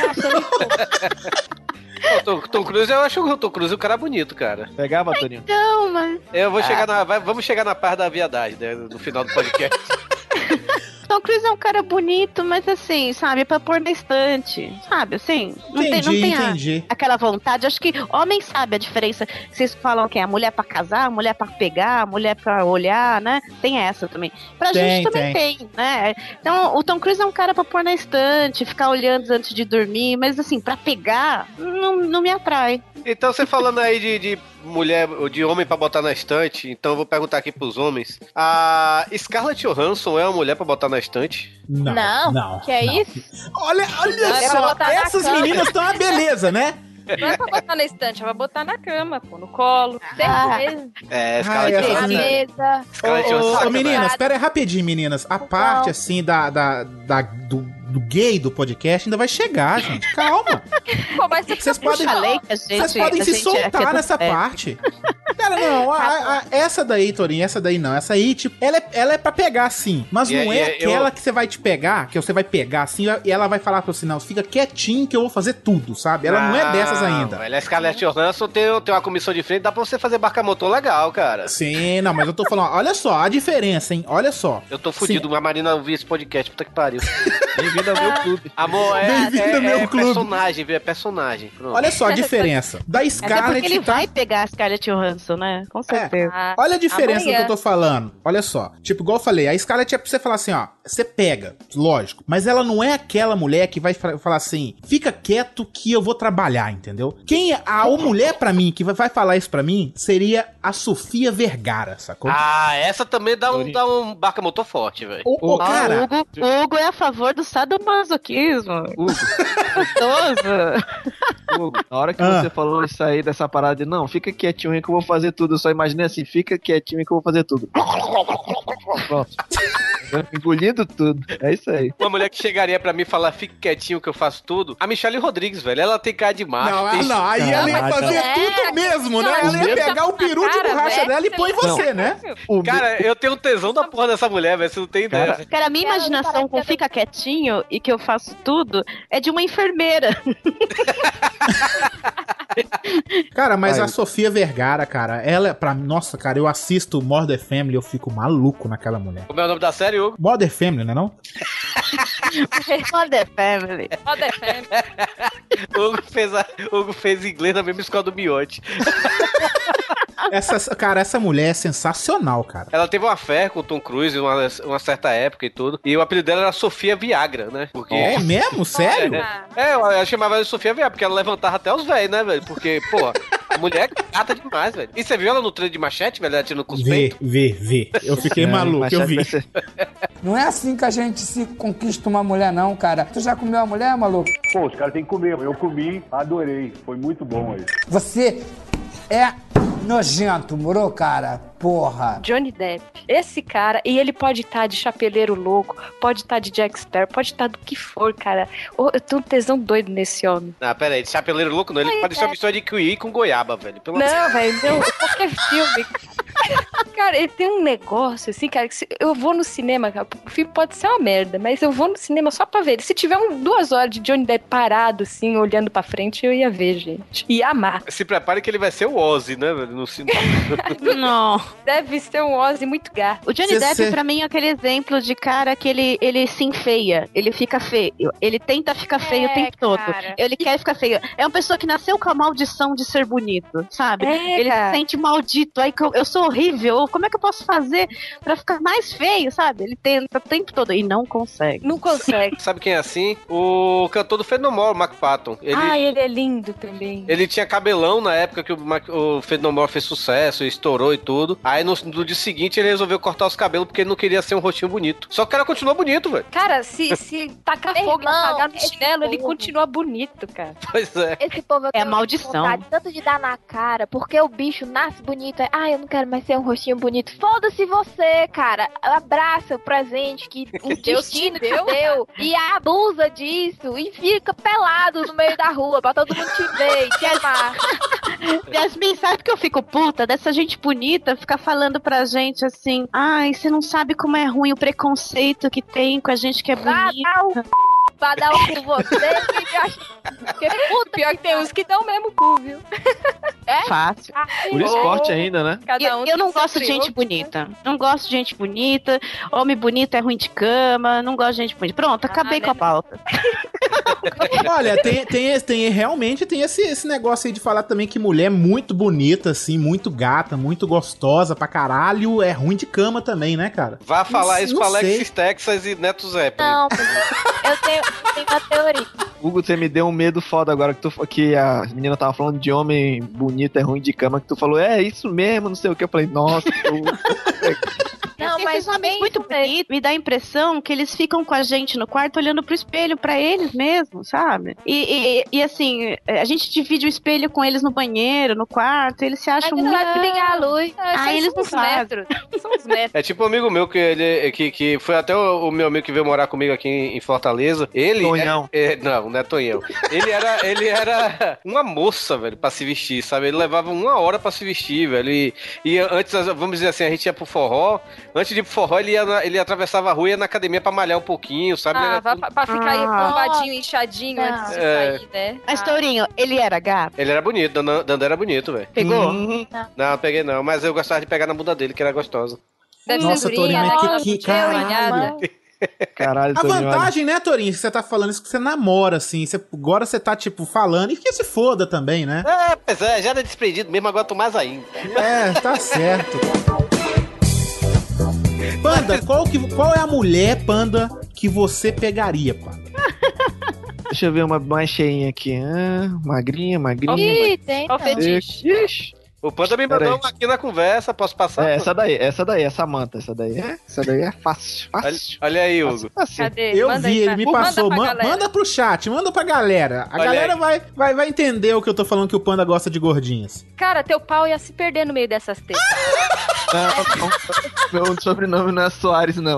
Tom Cruise, eu acho o Tom Cruise um cara bonito, cara. Pegava, Toninho? Então, mas... Vamos chegar na parte da viadagem, né, no final do podcast. Tom Cruise é um cara bonito, mas assim, sabe, pra pôr na estante, sabe, assim, não tem aquela vontade. Acho que homem sabe a diferença. Vocês falam que é a mulher pra casar, a mulher pra pegar, a mulher pra olhar, né? Tem essa também. Pra gente também tem, né? Então, o Tom Cruise é um cara pra pôr na estante, ficar olhando antes de dormir, mas assim, pra pegar, não me atrai. Então, você falando aí de mulher, de homem pra botar na estante, então eu vou perguntar aqui pros homens. A Scarlett Johansson é uma mulher pra botar na estante? Não. Que é isso? Olha só, essas meninas estão uma beleza, né? Não é pra botar na estante, é pra botar na cama, pô, no colo. Certeza. Scarlett Johansson. Ô, meninas, espera aí rapidinho, meninas. A parte, assim, do gay do podcast ainda vai chegar, gente. Calma. Pô, mas vocês podem se soltar nessa parte. Cara, não, essa daí, Torinho, essa daí não. Essa aí, tipo, ela é pra pegar, sim. Mas não é aquela que você vai te pegar, que você vai pegar, assim, e ela vai falar pra você, não, fica quietinho que eu vou fazer tudo, sabe? Ela não é dessas ainda. Ela é Scarlett Johansson, tem uma comissão de frente, dá pra você fazer barca-motor legal, cara. Sim, não, mas eu tô falando, olha só, a diferença, hein? Olha só. Eu tô fudido, a Marina ouvir esse podcast, puta que pariu. Bem-vindo ao meu clube. Amor, meu clube. Personagem, viu? É personagem. Pronto. Olha só a diferença. Da Scarlett... Porque ele vai pegar a Scarlett Johansson, né? Com certeza. Olha a diferença do que eu tô falando. Olha só. Tipo, igual eu falei, a Scarlett é pra você falar assim, ó, você pega, lógico. Mas ela não é aquela mulher que vai falar assim, fica quieto que eu vou trabalhar, entendeu? A mulher pra mim, que vai falar isso pra mim, seria a Sofia Vergara, sacou? Essa também dá um barca-motor forte, velho. Cara... O Hugo é a favor do sadomasoquismo. Hugo, na hora que você falou isso aí, dessa parada de não, fica quietinho que eu vou fazer tudo. Eu só imaginei assim, fica quietinho que eu vou fazer tudo. Pronto. Engolindo tudo. É isso aí. Uma mulher que chegaria pra mim e falar, fica quietinho que eu faço tudo. A Michelle Rodrigues, velho. Ela tem cara de macho. Aí ela ia fazer tudo mesmo, né? Ela ia pegar o peru de borracha dela e põe você, né? Cara, eu tenho um tesão da porra dessa mulher, velho. Você não tem ideia. Cara, a minha imaginação com fica quietinho e que eu faço tudo é de uma enfermeira. Cara, mas a Sofia Vergara, cara, ela, nossa, cara, eu assisto Modern Family, eu fico maluco naquela mulher. Como é o nome da série, Hugo? Modern Family, não é não? Modern Family. Hugo fez inglês na mesma escola do Miotti. Essa mulher é sensacional, cara. Ela teve uma fé com o Tom Cruise uma certa época e tudo. E o apelido dela era Sofia Viagra, né? Porque... É mesmo? Sério? Eu chamava ela de Sofia Viagra, porque ela levantava até os velhos, né, velho? Porque, pô, a mulher é gata demais, velho. E você viu ela no trailer de Machete, velho? Ela tirando com os peitos? Vi. Eu fiquei maluco, eu vi. Não é assim que a gente se conquista uma mulher, não, cara. Tu já comeu uma mulher, maluco? Pô, os caras têm que comer. Eu comi, adorei. Foi muito bom aí. Você é nojento, moro, cara? Porra. Johnny Depp. Esse cara, e ele pode estar de chapeleiro louco, pode estar de Jack Sparrow, pode estar do que for, cara. Eu tenho um tesão doido nesse homem. Pera aí, de chapeleiro louco não, ele pode ser uma mistura de kiwi com goiaba, velho. Não, velho, qualquer filme. Cara, ele tem um negócio assim, cara, que eu vou no cinema, cara, o filme pode ser uma merda, mas eu vou no cinema só pra ver. Se tiver 2 horas de Johnny Depp parado, assim, olhando pra frente, eu ia ver, gente. Ia amar. Se prepare que ele vai ser o Ozzy, né, velho, no cinema. Não. Deve ser um Ozzy muito gato. O Johnny Depp, pra mim, é aquele exemplo de cara que ele se enfeia, ele fica feio, ele tenta ficar feio o tempo todo, ele quer ficar feio. É uma pessoa que nasceu com a maldição de ser bonito, sabe? Ele se sente maldito, aí eu sou horrível, como é que eu posso fazer pra ficar mais feio, sabe? Ele tenta o tempo todo e não consegue. Não consegue. Sabe quem é assim? O cantor do Fenomore, o Mark Patton. Ele é lindo também. Ele tinha cabelão na época que o Fenomore fez sucesso, estourou e tudo. Aí no dia seguinte ele resolveu cortar os cabelos porque ele não queria ser um rostinho bonito. Só que o cara continua bonito, velho. Cara, se tacar fogo e apagar no chinelo, ele continua bonito, cara. Pois é. Esse povo é a maldição. Tanto de dar na cara, porque o bicho nasce bonito. Eu não quero mais ser um rostinho bonito. Foda-se você, cara. Abraça o presente que o destino te deu e abusa disso e fica pelado no meio da rua pra todo mundo te ver e te amar. Yasmin, sabe que eu fico puta dessa gente bonita ficar falando pra gente assim, ai, você não sabe como é ruim o preconceito que tem com a gente que é bonita. pra dar um cu você. Porque, puta, pior que tem uns que dão mesmo cu, viu? É? Fácil. Por esporte ainda, né? Eu não gosto de gente bonita. Não gosto de gente bonita. Homem bonito é ruim de cama. Não gosto de gente bonita. Pronto, acabei com a pauta. Olha, realmente tem esse negócio aí de falar também que mulher muito bonita, assim, muito gata, muito gostosa pra caralho, é ruim de cama também, né, cara? Vá falar isso pra sei. Alexis Texas e Neto Zeppelin. Não, eu tenho uma teoria. Hugo, você me deu um medo foda agora que a menina tava falando de homem bonito é ruim de cama, que tu falou, é isso mesmo, não sei o que. Eu falei, nossa, Não, mas homens muito bonitos, me dá a impressão que eles ficam com a gente no quarto olhando pro espelho pra eles mesmos, sabe? E assim, a gente divide o espelho com eles no banheiro, no quarto, eles se acham muito... vai ligar a luz. Aí eles não fazem. São os metros. É tipo um amigo meu que foi até o meu amigo que veio morar comigo aqui em Fortaleza. Ele Tonhão. Não, não é Tonhão. Ele era uma moça, velho, pra se vestir, sabe? Ele levava 1 hora pra se vestir, velho. E antes, vamos dizer assim, a gente ia pro forró. Antes de ir pro forró, ele atravessava a rua e ia na academia pra malhar um pouquinho, sabe? Pra ficar aí bombadinho, inchadinho antes de sair, né? Mas, Tourinho, ele era gato? Ele era bonito, Dandé era bonito, velho. Pegou? Não, peguei não, mas eu gostava de pegar na bunda dele, que era gostosa. Nossa, Tourinho, mas que caralho. Caralho, A vantagem, né, Tourinho, que você tá falando isso que você namora, assim. Agora você tá, tipo, falando e que se foda também, né? Pois é, já era desprendido mesmo, agora tô mais ainda. Tá certo. Panda, qual é a mulher, Panda, que você pegaria, Panda? Deixa eu ver uma mais cheinha aqui. Magrinha. Ih, tem. Qual fetiche? Ixi. O Panda me mandou uma aqui na conversa, posso passar? Essa daí, a Samanta, essa daí é fácil. Olha aí, Hugo. Cadê? Eu Manda vi, aí, ele me manda passou. pra galera. Manda pro chat, manda pra galera. A galera vai entender o que eu tô falando, que o Panda gosta de gordinhas. Cara, teu pau ia se perder no meio dessas tetas. Não, meu sobrenome não é Soares, não.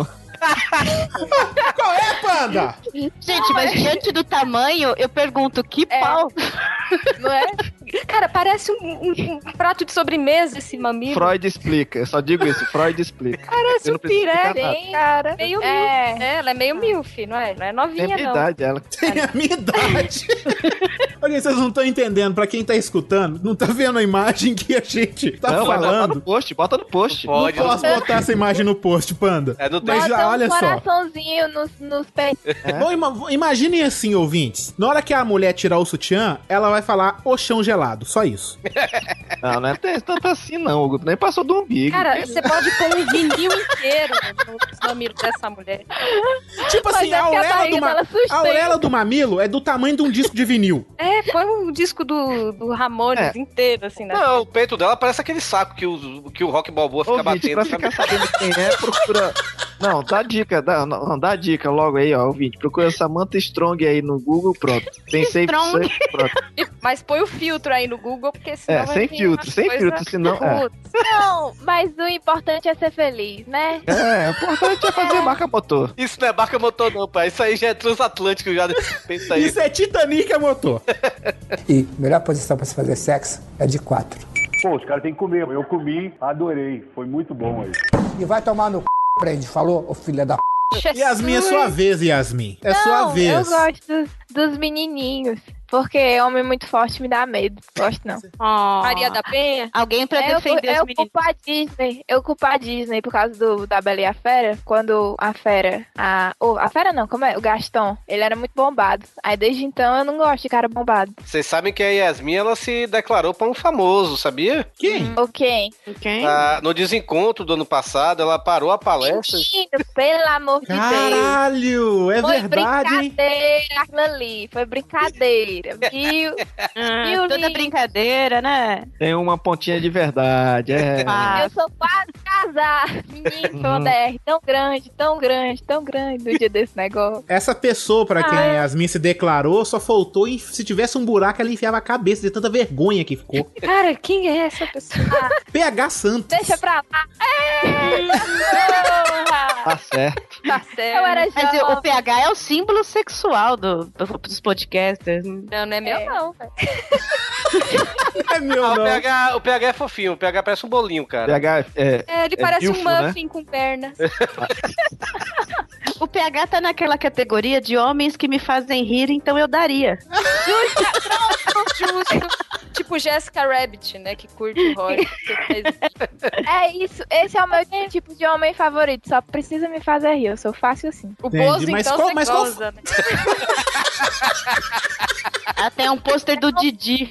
Qual é, Panda? Gente, mas diante do tamanho, eu pergunto, que pau? Não é? Cara, parece um prato de sobremesa esse mamilo. Freud explica, eu só digo isso, Freud explica. Parece um piré, Tem, cara. Meio milf. Ela é meio milf, não é? Não é novinha, Tem a minha não. idade, ela. Tem a minha idade. Olha, vocês não estão entendendo. Pra quem tá escutando, não tá vendo a imagem que a gente tá falando. Bota no post. Não posso botar essa imagem no post, Panda. Mas Bota olha só. coraçãozinho nos peitos. Bom, imaginem assim, ouvintes. Na hora que a mulher tirar o sutiã, ela vai falar o chão gelado. Só isso. Não é tanto assim, não, Hugo. Nem passou do umbigo. Cara, você pode pôr um vinil inteiro no mamilo dessa mulher. Tipo assim, a auréola do mamilo é do tamanho de um disco de vinil. Põe um disco do Ramones inteiro, assim, né? Não, o peito dela parece aquele saco que o Rock Balboa fica batendo. Pra ficar sabendo quem é, procura... Não, dá dica logo aí, ó, ouvinte. Procura Samantha Strong aí no Google, pronto. Tem safe, pronto. Mas põe o filtro aí no Google, porque senão sem filtro, senão... Não, mas o importante é ser feliz, né? O importante é fazer marca motor. Isso não é marca motor não, pai. Isso aí já é transatlântico, já pensa aí. Isso é Titanic a motor. E a melhor posição pra se fazer sexo é de 4. Pô, os caras têm que comer. Eu comi, adorei. Foi muito bom aí. E vai tomar no prende, falou, ô filha da Yasmin, é sua vez, Yasmin. É sua vez. Eu gosto dos menininhos. Porque homem muito forte me dá medo. Gosto não. Maria da Penha? Alguém pra defender os meninos. Eu culpo a Disney por causa da Bela e a Fera. Quando a Fera... a Fera não, como é? O Gaston. Ele era muito bombado. Aí desde então eu não gosto de cara bombado. Vocês sabem que a Yasmin, ela se declarou pra um famoso, sabia? Quem? Quem? No desencontro do ano passado, ela parou a palestra. Menino, pelo amor de Deus. Caralho, é verdade, hein? Foi brincadeira aquilo ali. Foi brincadeira. Viu? Toda brincadeira, né? Tem uma pontinha de verdade, Eu sou quase casada. Menino, foi uma DR tão grande no dia desse negócio. Essa pessoa pra quem Yasmin se declarou só faltou e se tivesse um buraco ela enfiava a cabeça de tanta vergonha que ficou. Cara, quem é essa pessoa? PH Santos. Deixa pra lá. Tá certo. Tá certo. Eu era Mas jovem. o PH é o símbolo sexual dos podcasters. Não é meu, não. É meu, não. O PH é fofinho, o PH parece um bolinho, cara. PH Ele parece milfo, um muffin com perna. O PH tá naquela categoria de homens que me fazem rir, então eu daria. Justo. Tipo Jessica Rabbit, né? Que curte o Rory. É isso. Esse é o meu tipo de homem favorito. Só precisa me fazer rir. Eu sou fácil assim. O Bozo, então, você goza, né? Até um pôster do Didi.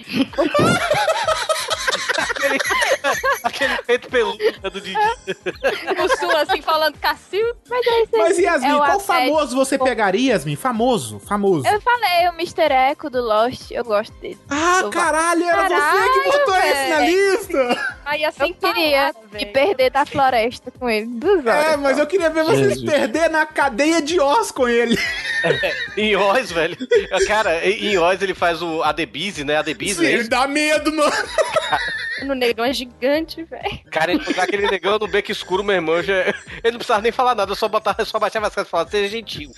Aquele peito peludo do Didi. O Sul, assim, falando Cacil. Mas Yasmin, qual famoso você pegaria, Yasmin? Famoso. Eu falei o Mr. Echo do Lost. Eu gosto dele. Caralho, era você que botou esse na lista! Aí assim eu queria me perder da floresta com ele. 2 horas. Mas eu queria ver você se perder na cadeia de Oz com ele. Em Oz, velho. Cara, em Oz ele faz a The Beast, né? A The Beast, Sim, ele dá medo, mano. No negão é gigante, velho. Cara, encontrar aquele negão no beco escuro, meu irmão, ele não precisava nem falar nada, eu só baixava as coisas e falava, seja gentil.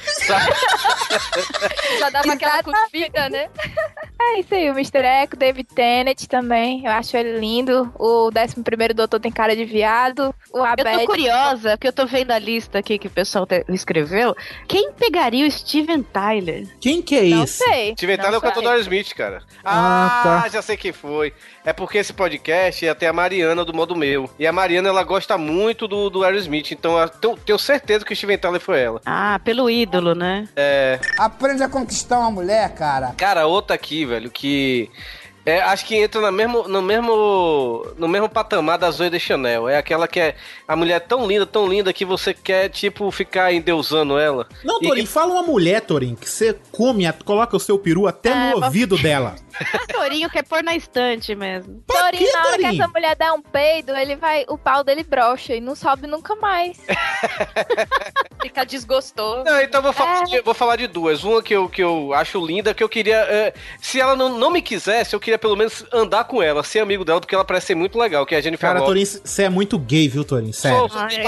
Já dava aquela cuspida, né? É isso aí, o Mr. Echo, David Tennant também. Eu acho ele lindo. O 11º Doutor tem cara de viado. O Abed... Eu tô curiosa, porque eu tô vendo a lista aqui que o pessoal escreveu. Quem pegaria o Steven Tyler? Quem que é Não esse? sei. Steven Tyler é o cantor do Aerosmith, cara. Tá. Já sei quem foi. É porque esse podcast ia ter a Mariana do Modo Meu. E a Mariana, ela gosta muito do Aerosmith. Então eu tenho certeza que o Steven Tyler foi ela. Ah, pelo ídolo, né? Aprende a conquistar uma mulher, cara. Cara, outra aqui, velho, que... acho que entra no mesmo patamar da Zooey Deschanel. É aquela que é a mulher tão linda que você quer, tipo, ficar endeusando ela. Não, Torinho, fala uma mulher, Torinho, que você coloca o seu peru até no ouvido dela. Torinho quer pôr na estante mesmo. Torinho, na hora que essa mulher der um peido, o pau dele brocha e não sobe nunca mais. Fica desgostoso. Não, então vou falar de duas. Uma que eu acho linda, que eu queria... se ela não me quisesse, eu queria pelo menos andar com ela, ser amigo dela, porque ela parece ser muito legal, que é a Jennifer Cara, Lopez. Torinho, você é muito gay, viu, Torinho? Sério.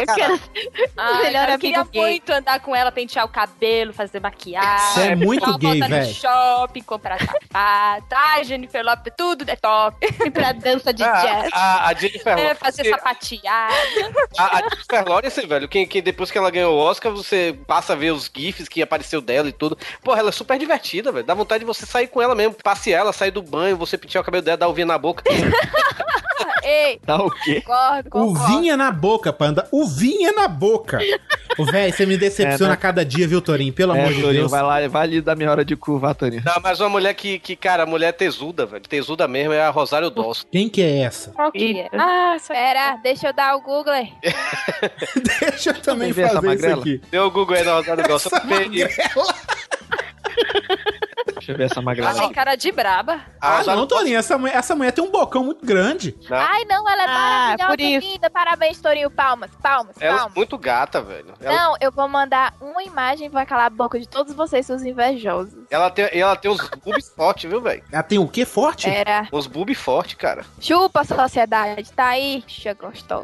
Eu queria muito andar com ela, pentear o cabelo, fazer maquiagem. Você é muito gay, velho. No shopping, comprar sapato. Ai, Jennifer Lopez, tudo é top. E pra dança de jazz. A Jennifer Lopez. Fazer sapateada. A Jennifer Lawrence, velho, quem depois que ela ganhou o Oscar, você passa a ver os GIFs que apareceu dela e tudo. Porra, ela é super divertida, velho. Dá vontade de você sair com ela mesmo, passear ela, sair do banho, você pentear o cabelo dela, dar o vinho na boca. Ei, Tá o quê? concordo. Uvinha na boca, Panda. Uvinha na boca. Véi, você me decepciona a cada dia, viu, Torinho? Pelo amor de Torinho, Deus. vai lá, vai ali dar minha hora de curva, Torinho. Não, mas uma mulher que cara, mulher tesuda, velho. Tesuda mesmo é a Rosário Dawson. Quem que é essa? Qual que é? Pera, deixa eu dar o Google aí. Deixa eu também ver essa fazer isso magrela? aqui. Deu o Google aí na Rosário Dawson. Essa magrela. Deixa eu ver essa magrela. Ela tem cara de braba. Não, Torinho, essa mulher tem um bocão muito grande. Ai, não, ela é maravilhosa, por isso. linda. Parabéns, Torinho. Palmas. Ela é muito gata, velho. Não, eu vou mandar uma imagem e vai calar a boca de todos vocês, seus invejosos. Ela tem uns boobs fortes, viu, velho? Ela tem o quê forte? Pera. Uns boobs fortes, cara. Chupa, sociedade. Tá aí, bicha gostosa.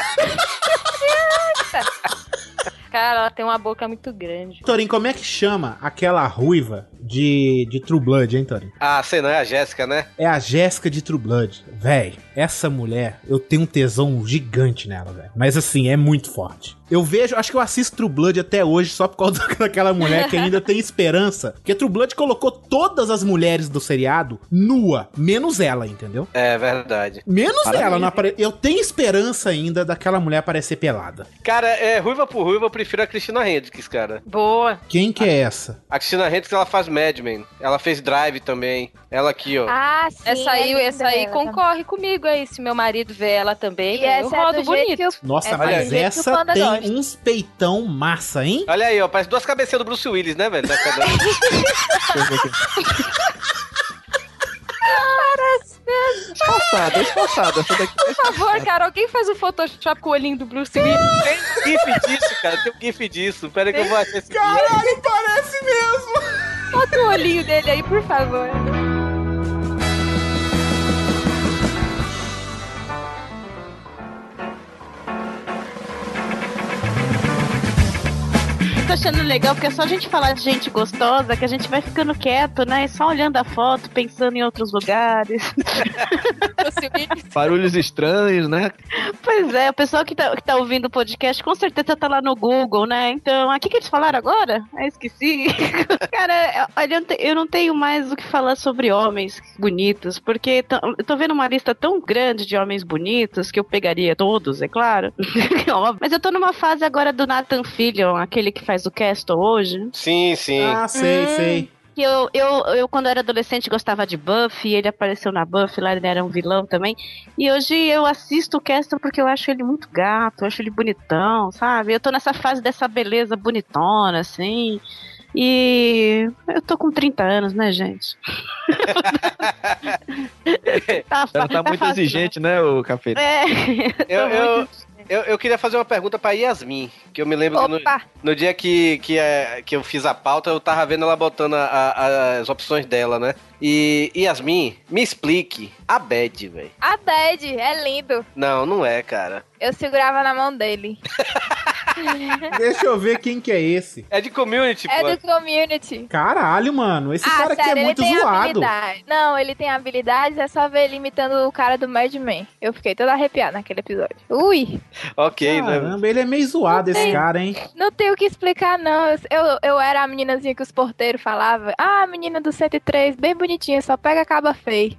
Cara, ela tem uma boca muito grande. Torinho, como é que chama aquela ruiva de True Blood, hein, Torinho? Ah, sei não, é a Jéssica, né? É a Jéssica de True Blood. Véi, essa mulher, eu tenho um tesão gigante nela, velho. Mas assim, é muito forte. Eu vejo, acho que eu assisto True Blood até hoje só por causa daquela mulher que ainda tem esperança. Porque True Blood colocou todas as mulheres do seriado nua, menos ela, entendeu? É verdade. Menos ela. Não eu tenho esperança ainda daquela mulher aparecer pelada. Cara, ruiva por ruiva, eu prefiro a Cristina Hendricks, cara. Boa. Quem que é essa? A Cristina Hendricks, ela faz Mad Men. Ela fez Drive também. Ela aqui, ó. Ah, sim. Essa aí concorre comigo aí. Se meu marido vê ela também, E essa eu rodo é do jeito bonito. que eu... Nossa, essa mas é do jeito que o essa Panda tem gosta. uns peitão massa, hein? Olha aí, ó. Parece 2 cabecinhas do Bruce Willis, né, velho? Esforçada. Essa daqui Por favor, cara, alguém faz o Photoshop com o olhinho do Bruce Willis. Tem um gif disso, cara. Tem um gif disso. Pera que eu vou achar esse gif. Caralho, parece mesmo! Bota o olhinho dele aí, por favor. tô achando legal, porque é só a gente falar de gente gostosa que a gente vai ficando quieto, né? E só olhando a foto, pensando em outros lugares. Barulhos estranhos, né? Pois é, o pessoal que tá ouvindo o podcast com certeza tá lá no Google, né? Então, o que eles falaram agora? Esqueci. Cara, olha, eu não tenho mais o que falar sobre homens bonitos, porque eu tô vendo uma lista tão grande de homens bonitos que eu pegaria todos, é claro. Mas eu tô numa fase agora do Nathan Fillion, aquele que faz o Castle hoje. Sim. Ah, sei. Eu, quando era adolescente, gostava de Buffy, ele apareceu na Buffy, lá ele era um vilão também. E hoje eu assisto o Castle porque eu acho ele muito gato, eu acho ele bonitão, sabe? Eu tô nessa fase dessa beleza bonitona, assim. E eu tô com 30 anos, né, gente? Tá muito fácil, exigente, né, o Cafeiro? Eu queria fazer uma pergunta pra Yasmin, que eu me lembro que no dia que eu fiz a pauta, eu tava vendo ela botando as opções dela, né? E Yasmin, me explique a Bad, velho. A Bad, é lindo. Não é, cara. Eu segurava na mão dele. Deixa eu ver quem que é esse. É de Community, pô. É do Community. Caralho, mano. Esse cara aqui sério, é muito zoado. Não, ele tem habilidades, é só ver ele imitando o cara do Mad Men. Eu fiquei toda arrepiada naquele episódio. Ui! Ok, Caramba, né? ele é meio zoado, esse cara, hein? Não tenho o que explicar, não. Eu era a meninazinha que os porteiros falavam. Ah, a menina do 103, bem bonitinha, só pega caba feio.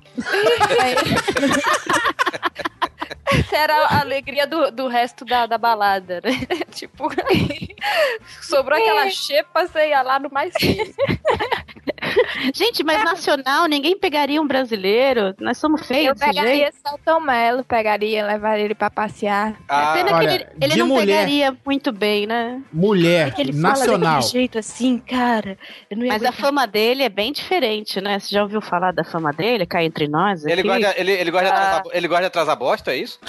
Essa era a alegria do resto da balada, né? Tipo, sobrou aquela xepa, você ia lá no mais feio. Gente, mas nacional, ninguém pegaria um brasileiro. Nós somos feios desse jeito. Eu pegaria Celton Mello, levaria ele pra passear. Pena olha, que ele não pegaria muito bem, né? Mulher, é que ele nacional. Fala daquele jeito assim, cara. Mas a fama dele é bem diferente, né? Você já ouviu falar da fama dele? Cá entre nós aqui? Ele gosta de atrasar bosta, é isso?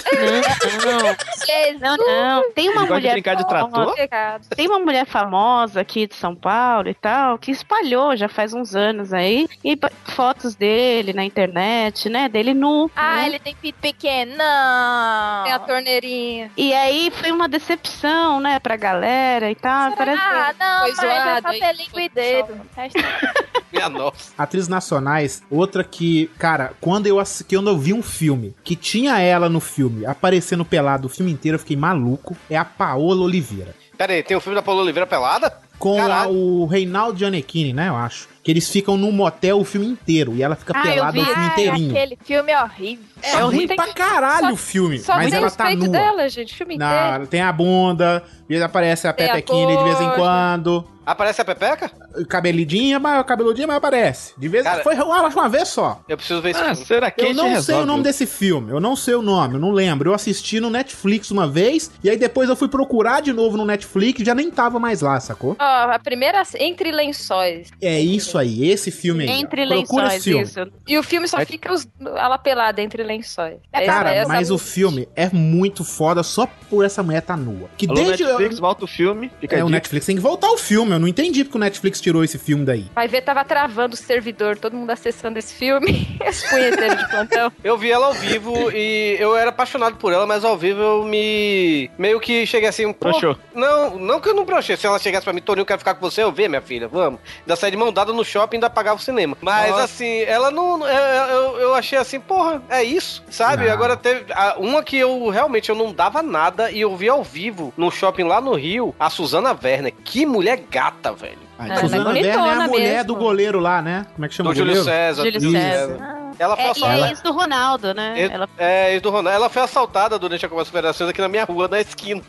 Não. Tem uma mulher brincar de trator? Tem uma mulher famosa aqui de São Paulo e tal, que espalhou já faz uns anos aí, e fotos dele na internet, né? Dele nu. Ah, né? ele tem pito pequeno. Não. Tem a torneirinha. E aí foi uma decepção, né, pra galera e tal. Parece não, foi mas zoado, é só ter língua e dedo. Minha nossa. Atrizes nacionais, outra que, cara, quando eu vi um filme que tinha ela no filme, aparecendo pelado o filme inteiro, eu fiquei maluco, é a Paola Oliveira. Pera aí, tem o filme da Paola Oliveira pelada? Com o Reinaldo Gianecchini, né, eu acho. Que eles ficam num motel o filme inteiro. E ela fica pelada o filme inteirinho. Aquele filme é horrível. É ruim pra caralho o filme. Mas ela tá nua. Dela, gente, filme inteiro. Tem a bunda, aparece a pepequinha ali de vez em quando. Aparece a pepeca? Cabeludinha, mas aparece. De vez em quando. Foi uma vez só. Eu preciso ver esse filme. Será que eu não sei o nome desse filme. Eu não sei o nome, eu não lembro. Eu assisti no Netflix uma vez, e aí depois eu fui procurar de novo no Netflix e já nem tava mais lá, sacou? Ó, a primeira, Entre Lençóis. É isso aí, esse filme aí. Entre Procura Lençóis, esse filme. Isso. E o filme só fica ela pelada entre lençóis. Cara, mas o filme é muito foda só por essa mulher tá nua. Que alô, desde Netflix, volta o filme. O Netflix tem que voltar o filme. Eu não entendi porque o Netflix tirou esse filme daí. Vai ver, tava travando o servidor, todo mundo acessando esse filme. Esse punheteiro de plantão. Eu vi ela ao vivo e eu era apaixonado por ela, mas ao vivo eu meio que cheguei assim... Broxou. Não que eu não brochei. Se ela chegasse pra mim, Toninho, eu quero ficar com você, eu ver, minha filha, vamos. Ainda saí de mão dada no shopping e ainda pagava o cinema. Mas assim, ela não... Eu achei assim, porra, é isso, sabe? Não. Agora teve uma que eu não dava nada e eu vi ao vivo no shopping lá no Rio, a Suzana Werner. Que mulher gata, velho. Suzana Werner é a mulher mesmo do goleiro lá, né? Como é que chama o goleiro? Júlio César. Júlio César. Ela foi assaltada. E é ex do Ronaldo, né? Ex do Ronaldo. Ela foi assaltada durante a Copa das Federações aqui na minha rua, na esquina.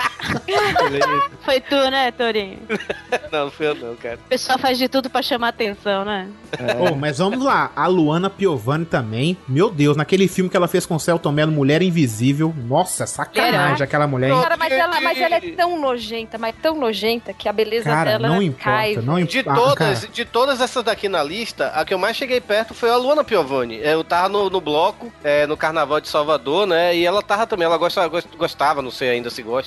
Foi tu, né, Torinho? Não fui eu não, cara. O pessoal faz de tudo pra chamar atenção, né? Mas vamos lá. A Luana Piovani também. Meu Deus, naquele filme que ela fez com o Celton Mello, Mulher Invisível. Nossa, sacanagem aquela mulher. Cara, mas ela é tão nojenta, mas tão nojenta que a beleza dela não importa, cai. não importa. De todas essas daqui na lista, a que eu mais cheguei perto foi a Luana Piovani. Eu tava no bloco, no Carnaval de Salvador, né? E ela tava também, ela gostava, não sei ainda se gosta, do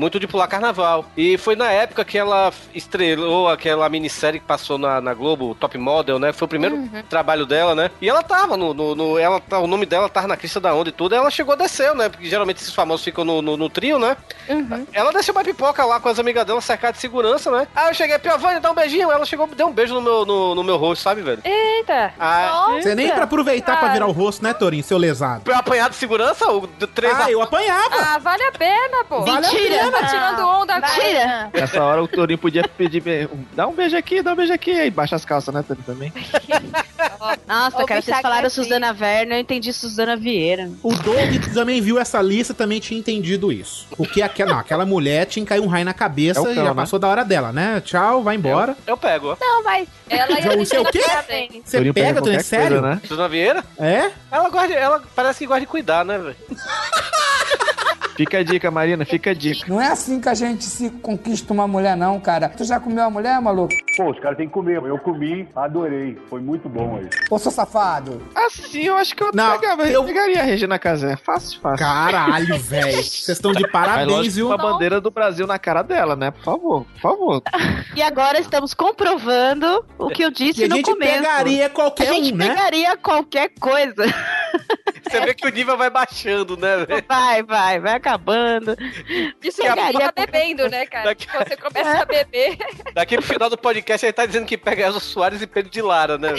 muito de pular carnaval. E foi na época que ela estrelou aquela minissérie que passou na Globo, Top Model, né? Foi o primeiro trabalho dela, né? E ela tava o nome dela tava na crista da onda e tudo. E ela chegou, desceu, né? Porque geralmente esses famosos ficam no trio, né? Ela desceu uma pipoca lá com as amigas dela, cercada de segurança, né? Aí eu cheguei, Piovani, dá um beijinho. Ela chegou, deu um beijo no meu rosto, sabe, velho? Eita! Você nem pra aproveitar pra virar o rosto, né, Torinho, seu lesado? Pra eu apanhar de segurança? Eu apanhava! Vale a pena, pô! Vale a pena! Tá tirando onda agora! Nessa hora o Torinho podia pedir, dá um beijo aqui, aí baixa as calças, né, Torinho, também. Nossa, cara, vocês falaram Suzana Werner, eu entendi Suzana Vieira. O Doug também viu essa lista, também tinha entendido isso. Porque aquela mulher tinha que cair um raio na cabeça e já passou da hora dela, né? Tchau, vai embora. Eu pego. Não, mas... Ela ia Você o quê? Você pega, Torinho? Sério? Né? Suzana Vieira? É? Ela parece que gosta de cuidar, né, velho? Fica a dica, Marina, fica a dica. Não é assim que a gente se conquista uma mulher, não, cara. Tu já comeu uma mulher, maluco? Pô, os caras têm que comer. Eu comi, adorei. Foi muito bom aí. Ô, seu safado. Assim, eu acho que eu pegaria a Regina Casé. Fácil. Caralho, velho. Vocês estão de parabéns, viu? Uma bandeira do Brasil na cara dela, né? Por favor. E agora estamos comprovando o que eu disse no começo. A gente pegaria qualquer um, né? A gente pegaria qualquer coisa. Você vê que o nível vai baixando, né, velho? Vai acabando. Isso fica bebendo, né, cara? Você começa a beber. Daqui pro final do podcast ele tá dizendo que pega Elza Soares e Pedro de Lara, né?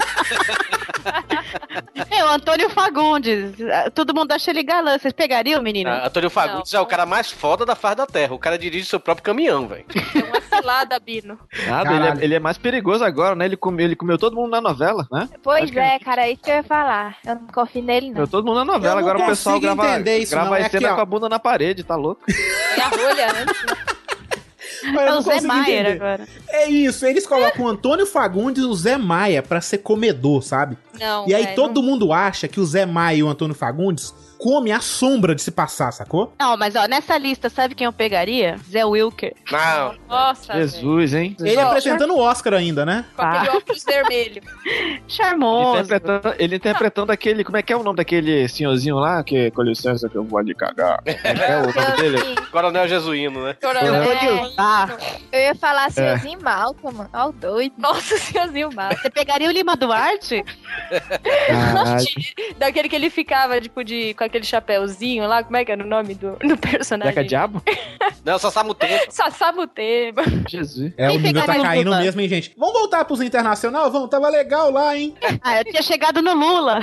O Antônio Fagundes. Todo mundo acha ele galã. Vocês pegariam, menina? Antônio Fagundes é o cara mais foda da face da terra. O cara dirige seu próprio caminhão, velho. É uma cilada, Bino. Nada, ele é mais perigoso agora, né? Ele comeu todo mundo na novela, né? Pois é, cara, isso que eu ia falar. Eu não confio nele, não. Comeu todo mundo na novela, agora o pessoal grava a cena com a bunda na parede, tá louco? É a rolha antes, né? É o Zé Maier agora. É isso, eles colocam o Antônio Fagundes e o Zé Maia pra ser comedor, sabe? Não, e aí todo mundo acha que o Zé Maia e o Antônio Fagundes come a sombra de se passar, sacou? Não, mas ó, nessa lista, sabe quem eu pegaria? Zé Wilker. Não. Nossa, Jesus, hein? Ele apresentando o Oscar ainda, né? Com aquele óculos vermelho. Charmoso. Ele interpretando aquele... Como é que é o nome daquele senhorzinho lá? Que, com licença, que eu vou ali cagar. É o nome dele? Coronel Jesuíno, né? Eu ia falar senhorzinho Malta, mano. Ó, doido. Nossa, senhorzinho Malta. Você pegaria o Lima Duarte? Daquele que ele ficava, tipo, com aquele chapéuzinho lá, como é que era o nome do personagem? Zeca Diabo? Não, Sassamutema. Sassamutema. Jesus. O nível tá caindo mesmo, hein, gente? Vamos voltar pros internacional? Vamos, tava legal lá, hein? Eu tinha chegado no Lula.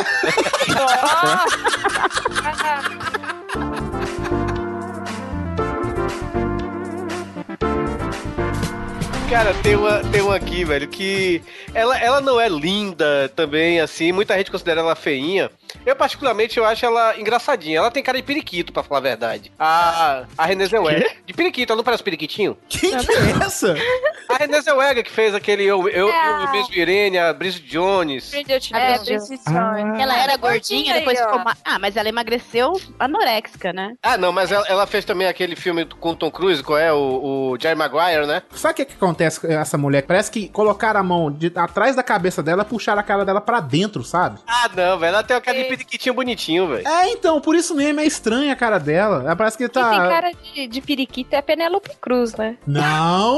Cara, tem uma aqui, velho, que ela não é linda também, assim, muita gente considera ela feinha. Eu, particularmente, eu acho ela engraçadinha. Ela tem cara de periquito, pra falar a verdade. A Renée Zellweger. De periquito, ela não parece periquitinho? Quem que é essa? A Renée Zellweger que fez aquele Eu Mesmo Irene, a Bridget Jones. Bridget Jones. Ela era gordinha, depois ficou... mas ela emagreceu anoréxica, né? Não, mas ela fez também aquele filme com o Tom Cruise, qual é? O Jerry Maguire, né? Sabe o que acontece com essa mulher? Parece que colocaram a mão atrás da cabeça dela, puxaram a cara dela pra dentro, sabe? Não, velho. Ela tem uma cara de periquitinho bonitinho, velho. Então, por isso mesmo é estranha a cara dela. Ela parece que tá... Quem tem cara de periquita é a Penélope Cruz, né? Não.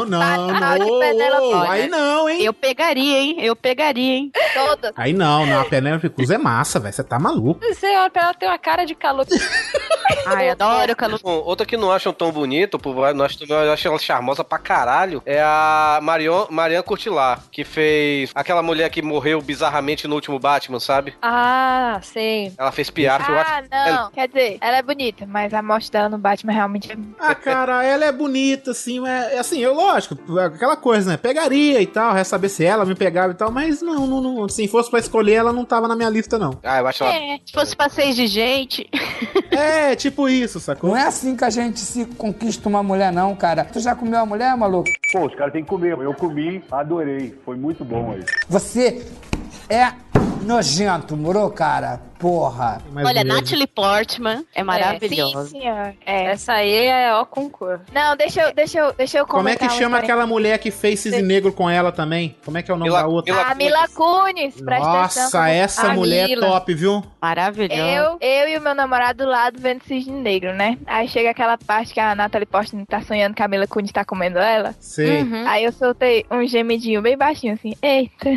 Aí não, hein? Eu pegaria, hein? Toda. Aí não, a Penélope Cruz é massa, velho. Você tá maluco. Você olha pra ela, tem uma cara de calor. Ai, adoro calor. Outra que não acham tão bonito, eu acho ela charmosa pra caralho, é a Marion Cotillard, que fez aquela mulher que morreu bizarramente no último Batman, sabe? Sei. Ela fez Piaf, eu acho. Não. Quer dizer, ela é bonita, mas a morte dela no Batman realmente é... Cara, ela é bonita, assim, mas, assim, lógico, aquela coisa, né? Pegaria e tal, resta saber se ela me pegava e tal, mas não, se fosse pra escolher, ela não tava na minha lista, não. Eu acho ela... Se fosse passeio de gente... tipo isso, sacou? Não é assim que a gente se conquista uma mulher, não, cara. Tu já comeu uma mulher, maluco? Pô, os caras têm que comer. Eu comi, adorei. Foi muito bom aí. Você é Nojento, moro, cara? Porra. Olha, Natalie Portman é maravilhosa. Sim, senhor. Essa aí é ó concurso. Não, deixa eu comentar. Como é que chama aquela mulher que fez cisne negro com ela também? Como é que é o nome da outra? A Mila Kunis, presta atenção. Nossa, essa mulher é top, viu? Maravilhosa. Eu e o meu namorado do lado vendo cisne negro, né? Aí chega aquela parte que a Natalie Portman tá sonhando que a Mila Kunis tá comendo ela. Sei. Aí eu soltei um gemidinho bem baixinho assim. Eita.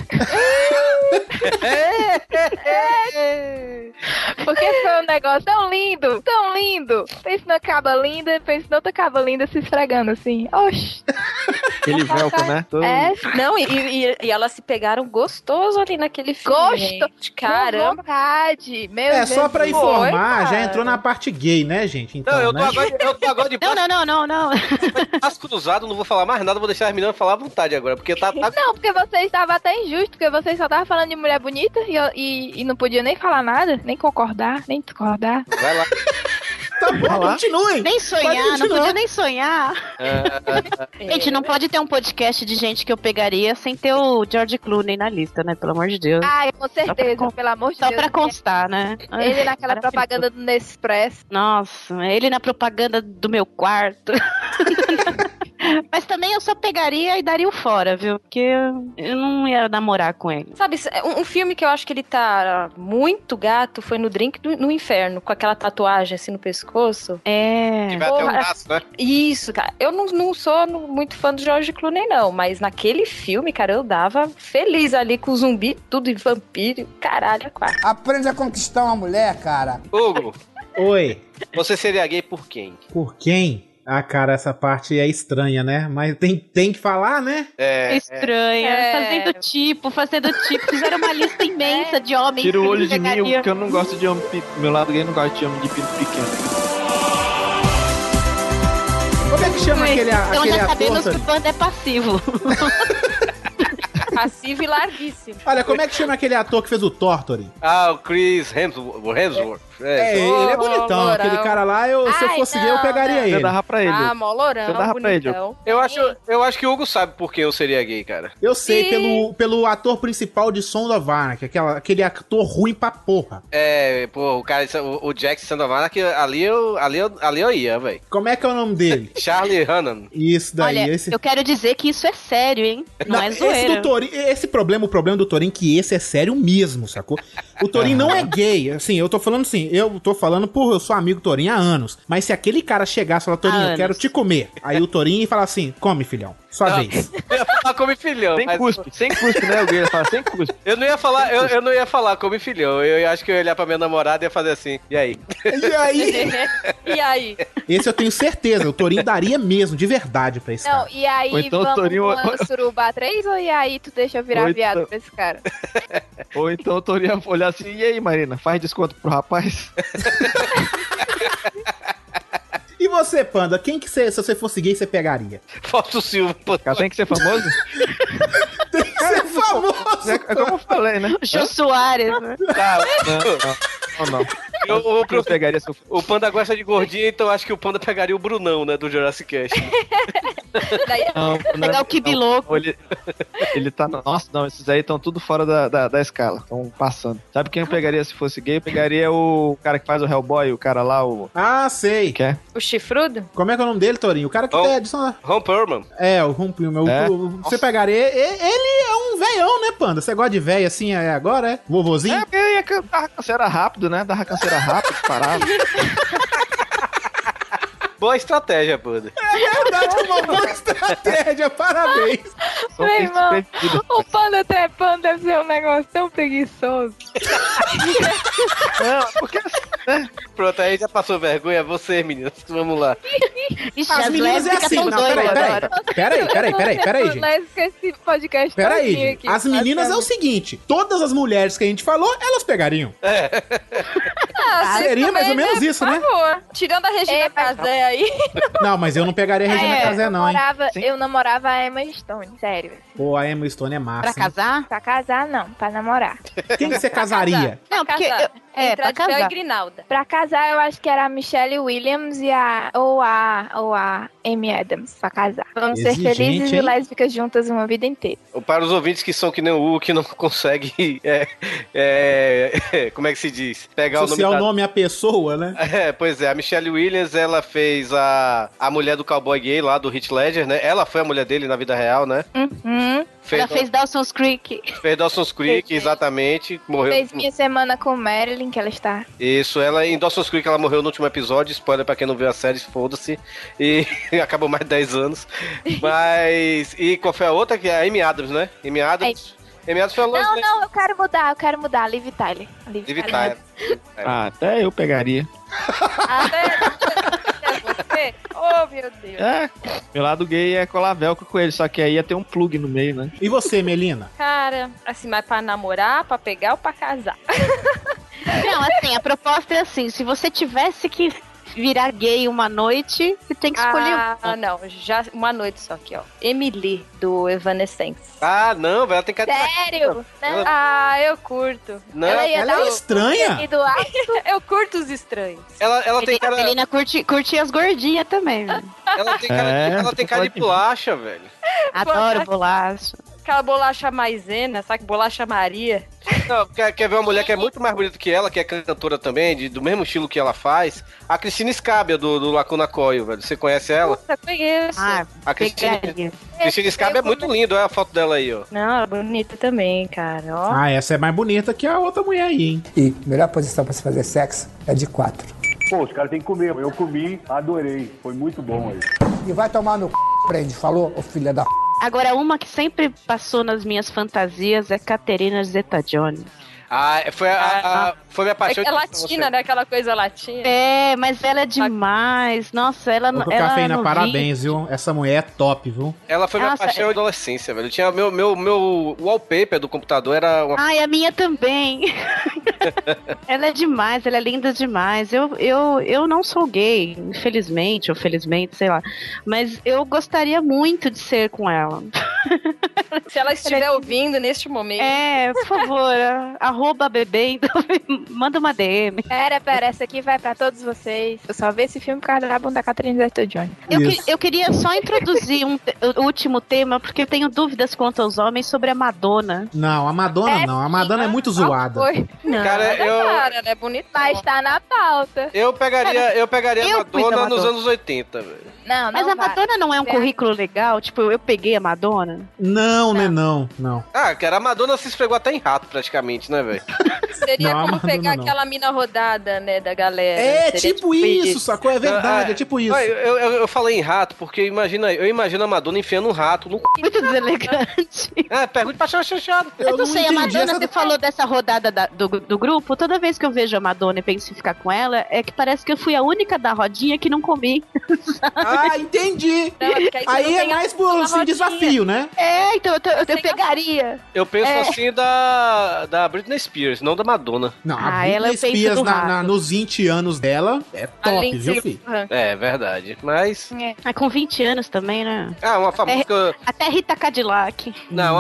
Porque foi um negócio tão lindo, tão lindo. Pensa na caba linda, pensa na outra caba linda se esfregando assim. Oxi. Aquele velcro, né? Todo... Não, e elas se pegaram gostoso ali naquele filme. Gosto. Caramba. Vontade. Meu Deus. Só pra informar, já entrou na parte gay, né, gente? Então, não, eu tô agora de Não. braço cruzado, não vou falar mais nada, vou deixar as meninas falar à vontade agora, porque tá... Não, porque você estava até injusto, porque você só tava falando de mulher bonita e não podia nem falar nada, nem concordar, nem discordar. Vai lá. Tá bom, continue. Nem sonhar, não podia nem sonhar. Gente, não pode ter um podcast de gente que eu pegaria sem ter o George Clooney na lista, né? Pelo amor de Deus. Ah, com certeza, pelo amor de Deus. Só pra constar, né? Ele naquela propaganda do Nespresso. Nossa, ele na propaganda do meu quarto. Mas também eu só pegaria e daria o fora, viu? Porque eu não ia namorar com ele. Sabe, um filme que eu acho que ele tá muito gato foi no Drink no Inferno, com aquela tatuagem assim no pescoço. Que vai até o braço, né? Isso, cara. Eu não sou muito fã do George Clooney, não, mas naquele filme, cara, eu dava feliz ali com o zumbi, tudo e vampiro, caralho, quase. Aprende a conquistar uma mulher, cara. Hugo. Oi. Você seria gay por quem? Por quem? Ah, cara, essa parte é estranha, né? Mas tem que falar, né? Estranha. Fazendo tipo. Fizeram uma lista imensa de homens. Tira o olho de mim, porque eu não gosto de homem pequeno. Meu lado gay não gosta de homem de pinto pequeno. Como é que chama aquele então ator? Já sabemos que o Panda é passivo. Passivo e larguíssimo. Olha, como é que chama aquele ator que fez o Tortori? Ah, o Chris Hemsworth. Ele é bonitão. Aquele cara lá, se eu fosse gay, eu pegaria ele. Eu dava pra ele. Ah, mó lourão, bonitão. Eu acho que o Hugo sabe por que eu seria gay, cara. Eu sei, pelo ator principal de Sons of Anarchy, aquele ator ruim pra porra. O cara, o Jack Sons of Anarchy, ali eu ia, velho. Como é que é o nome dele? Charlie Hunnam. Isso daí. Olha, eu quero dizer que isso é sério, hein? Não é zoeira. O problema do Torinho é que esse é sério mesmo, sacou? O Torinho não é gay, assim, eu tô falando assim, eu sou amigo do Torinho há anos, mas se aquele cara chegasse e falar, Torinho, eu quero te comer, aí o Torinho ia falar assim, come, filhão, sua vez. Eu ia falar come, filhão. Sem cuspe, né? O gay ia falar sem cuspe. Eu não ia falar come, filhão, eu acho que eu ia olhar pra minha namorada e ia fazer assim, e aí? E aí? Esse eu tenho certeza, o Torinho daria mesmo, de verdade pra esse cara. Não, e aí então, vamos Torinho... uma suruba 3 ou e aí tu deixa eu virar viado pra esse cara? Ou então o Torinho ia olhar assim, e aí, Marina, faz desconto pro rapaz? E você, Panda, quem que se você fosse gay, você pegaria? Fausto Silva. Cara, tem que ser famoso? Tem que ser famoso! É como eu falei, né? Jô Soares, né? Tá, Não. O Panda gosta de gordinho, então acho que o Panda pegaria o Brunão, né, do Jurassic Cast. Pegar o Kibi louco. Ele tá... Nossa, não, esses aí estão tudo fora da escala. Estão passando. Sabe quem eu pegaria se fosse gay? Eu pegaria o cara que faz o Hellboy, o cara lá, o... Ah, sei. Que é? O chifrudo? Como é que é o nome dele, Torinho? O cara que é de São... Ron Perlman. O Ron Perlman. Você pegaria... Ele é um velhão, né, Panda? Você gosta de velho assim agora, é? Vovozinho? Porque ia dar canseira rápido, né? Dava canseira rápido, parado. Boa estratégia, Panda. É verdade, uma boa estratégia, parabéns. Meu irmão, o Panda trepando deve ser um negócio tão preguiçoso. Não, porque... Pronto, aí já passou vergonha, você, meninas. Vamos lá. As meninas é assim, não, peraí, gente. Esse podcast peraí, gente. As meninas é o seguinte, todas as mulheres que a gente falou, elas pegariam. Seria mais ou menos isso, né? Por favor. Tirando a Regina Casé aí. Não, mas eu não pegaria a Regina Casé, não, hein? Eu namorava a Emma Stone, sério. Pô, a Emma Stone é massa. Pra casar? Pra casar, não. Pra namorar. Quem que você casaria? Não, porque Entre pra a Adele casar. e Grinalda. Pra casar, eu acho que era a Michelle Williams e a Amy Adams pra casar. Vamos ser Exigente, felizes hein? e lésbicas juntas uma vida inteira. Para os ouvintes que são que nem o Hugo, que não consegue, como é que se diz? Pegar Associar o o nome nome à pessoa, né? Pois é, a Michelle Williams, ela fez a mulher do cowboy gay lá, do Heath Ledger, né? Ela foi a mulher dele na vida real, né? Uhum. Ela fez Dawson's Creek. Fez Dawson's Creek, exatamente. Morreu. Fez Minha Semana com Marilyn, que ela está. Isso, ela em Dawson's Creek ela morreu no último episódio, spoiler pra quem não viu a série, foda-se. E acabou mais de 10 anos. Mas. E qual foi a outra? Que é a Amy Adams, né? Amy Adams. Amy Adams foi a Lois Lane. Não, eu quero mudar. Liv Tyler. Liv Tyler. Ah, até eu pegaria. Você? Oh, meu Deus. Meu lado gay é colar velcro com ele, só que aí ia ter um plug no meio, né? E você, Melina? Cara, assim, mas pra namorar, pra pegar ou pra casar? Não, assim, a proposta é assim, se você tivesse que virar gay uma noite, você tem que escolher Ah, não, já uma noite só aqui, ó. Emily, do Evanescence. Ah, não, velho, ela tem cara. Sério? Ela- Ah, eu curto. Não, Ela ia Ela dar é um estranha. e do alto. Eu curto os estranhos. ela tem A cara. Melina curte as gordinhas também, velho. Ela tem cara, ela tem cara de bolacha, velho. Adoro bolacha. Aquela bolacha maisena, sabe? Bolacha Maria. Não, quer ver uma mulher que é muito mais bonita que ela, que é cantora também, do mesmo estilo que ela faz? A Cristina Scabia, do Lacuna Coil, velho. Você conhece ela? Puta, conheço. A Cristina Scabia é muito linda, olha a foto dela aí, ó. Não, ela é bonita também, cara. Ó. Ah, essa é mais bonita que a outra mulher aí, hein? E melhor posição pra se fazer sexo é de 4. Pô, os caras têm que comer. Eu comi, adorei. Foi muito bom aí. E vai tomar no c... prende, falou, ô filha da p... Agora, uma que sempre passou nas minhas fantasias é Caterina Zeta-Jones. Ah, foi minha paixão. É latina, né? Aquela coisa latina. É, mas ela é demais. Nossa, ela Ô, ela Cafeína, no parabéns, viu? Essa mulher é top, viu? Ela foi minha Nossa, paixão de adolescência, velho. Tinha meu wallpaper do computador era uma. Ai, a minha também. Ela é demais, ela é linda demais. Eu não sou gay, infelizmente, ou felizmente, sei lá. Mas eu gostaria muito de ser com ela. Se ela estiver ouvindo neste momento. É, por favor, @bebendo, manda uma DM. Pera, essa aqui vai pra todos vocês. Eu só vi esse filme por causa da bunda da Catherine Zeta-Jones. Eu queria só introduzir o último tema, porque eu tenho dúvidas quanto aos homens sobre a Madonna. Não, a Madonna não. A Madonna é muito zoada. Não, Cara, Cara, ela é bonita. Mas tá na pauta. Eu pegaria a eu fui Madonna da nos Madonna. anos 80, velho. Não, Mas não a vai. Madonna não é um currículo legal? Tipo, eu peguei a Madonna? Não, né? Não. Ah, cara, a Madonna se esfregou até em rato, praticamente, né, velho? Seria Não, como Madonna pegar não. aquela mina rodada, né, da galera. É Seria tipo isso, sacou? É verdade, é tipo isso. Eu falei em rato, porque eu imagino a Madonna enfiando um rato no c... Muito deselegante. Pergunte pra Chanchado. Eu não sei, a Madonna, você falou dessa rodada do grupo, toda vez que eu vejo a Madonna e penso em ficar com ela, é que parece que eu fui a única da rodinha que não comi. Ah, entendi. Não, porque Aí você não é tem mais por uma assim, rodinha. desafio, né? É, então eu pegaria. Eu penso assim da Britney Spears, não da Madonna. Não, Ah, a ela Britney eu penso Spears do rato. nos 20 anos dela é A top, Lindsay viu, filho? Lohan. É, verdade. Mas. Ah, com 20 anos também, né? Uma famosa. Até Rita Cadillac. Não.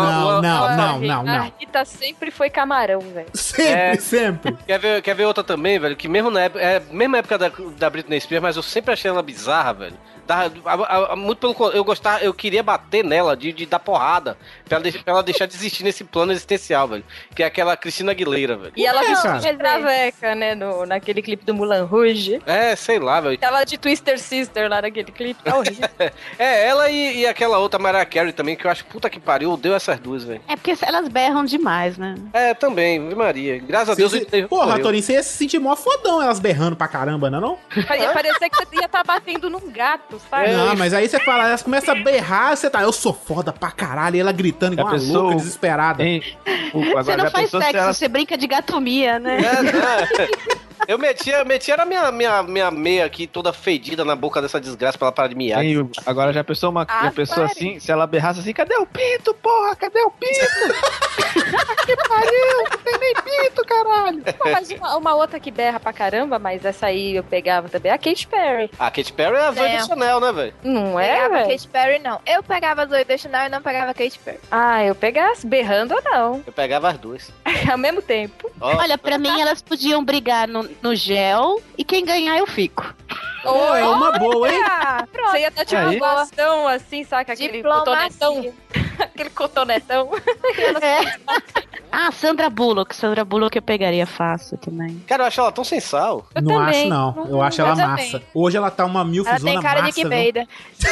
A Rita sempre foi camarão, velho. Sempre. Quer ver outra também, velho? Que mesmo na época, mesma época da Britney Spears, mas eu sempre achei ela bizarra, velho. Muito pelo eu queria bater nela, de dar porrada, pra ela deixar de existir nesse plano existencial, velho. Que é aquela Cristina Aguilera, velho. E ela cara. vestiu de traveca, né, naquele clipe do Moulin Rouge. Sei lá, velho. Ela de Twister Sister lá naquele clipe, tá horrível. Ela e aquela outra Mariah Carey também, que eu acho, puta que pariu, eu odeio essas duas, velho. É porque elas berram demais, né? Também, Maria. Graças a Deus. Porra, Torinho, você ia se sentir mó fodão elas berrando pra caramba, não é não? Ia parecer que você ia estar batendo num gato, sabe? Não, mas aí você fala, elas começam a berrar, você tá, eu sou foda pra caralho, e ela gritando igual uma pessoa- louca, desesperada. Você não faz sexo, você brinca de gatomia, né? Eu metia era minha meia aqui toda fedida na boca dessa desgraça pra ela parar de miar. Agora já pensou uma pessoa assim, se ela berrasse assim, cadê o pinto, porra? Cadê o pinto? Que pariu, não tem nem pinto, caralho. Pô, mas uma outra que berra pra caramba, mas essa aí eu pegava também, a Katy Perry. A Katy Perry é a Zoe Deschanel, né, velho? Não é, Pegava velho? Katy Perry, não. Eu pegava a Zoe Deschanel e não pegava a Katy Perry. Ah, eu pegasse berrando ou não. Eu pegava as duas. Ao mesmo tempo. Olha, pra mim elas podiam brigar no gel e quem ganhar eu fico. É uma boa, hein? Pronto. Você ia dar tipo um bastão assim, saca? Aquele cotonetão. Aquele cotonetão. Ah, Sandra Bullock eu pegaria fácil também. Cara, eu acho ela tão sem sal. Eu não acho, não. Eu acho ela massa. Hoje ela tá uma milfzona massa. Ela tem cara de que peida.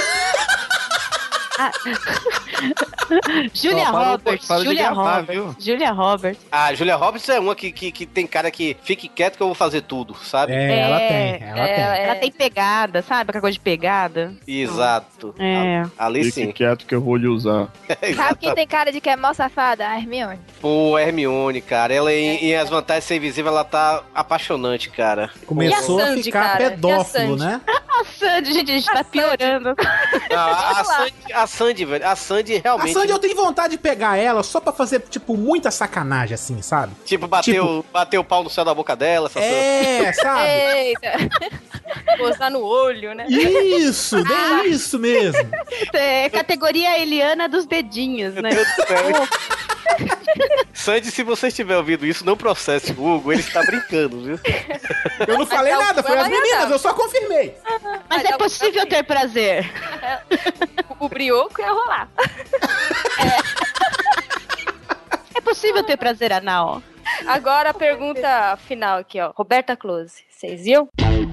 Julia Roberts. Ah, Julia Roberts é uma que tem cara que fique quieto que eu vou fazer tudo, sabe? Ela tem. Ela tem pegada, sabe? Aquela coisa de pegada. Exato. Ali sim. Fique quieto que eu vou lhe usar. Sabe quem tem cara de que é mó safada? A Hermione. Pô, Hermione, cara. Ela em As Vantagens de Ser Invisível, ela tá apaixonante, cara. Começou a ficar pedófilo, né? A Sandy, gente, a gente tá piorando. A Sandy, velho. A Sandy realmente... A Sandy, eu tenho vontade de pegar ela só pra fazer, tipo, muita sacanagem, assim, sabe? Tipo, bater o pau no céu da boca dela. Sabe? Eita. Posar no olho, né? Isso, bem isso mesmo. É categoria Eliana dos dedinhos, né? Sandy, se você estiver ouvindo isso, não processe o Hugo, ele está brincando, viu? Eu não falei nada, foi as meninas, eu só confirmei. Mas é possível ter prazer. O brioco ia rolar. É possível ter prazer anal. Agora a pergunta final aqui, ó. Roberta Close, vocês viram?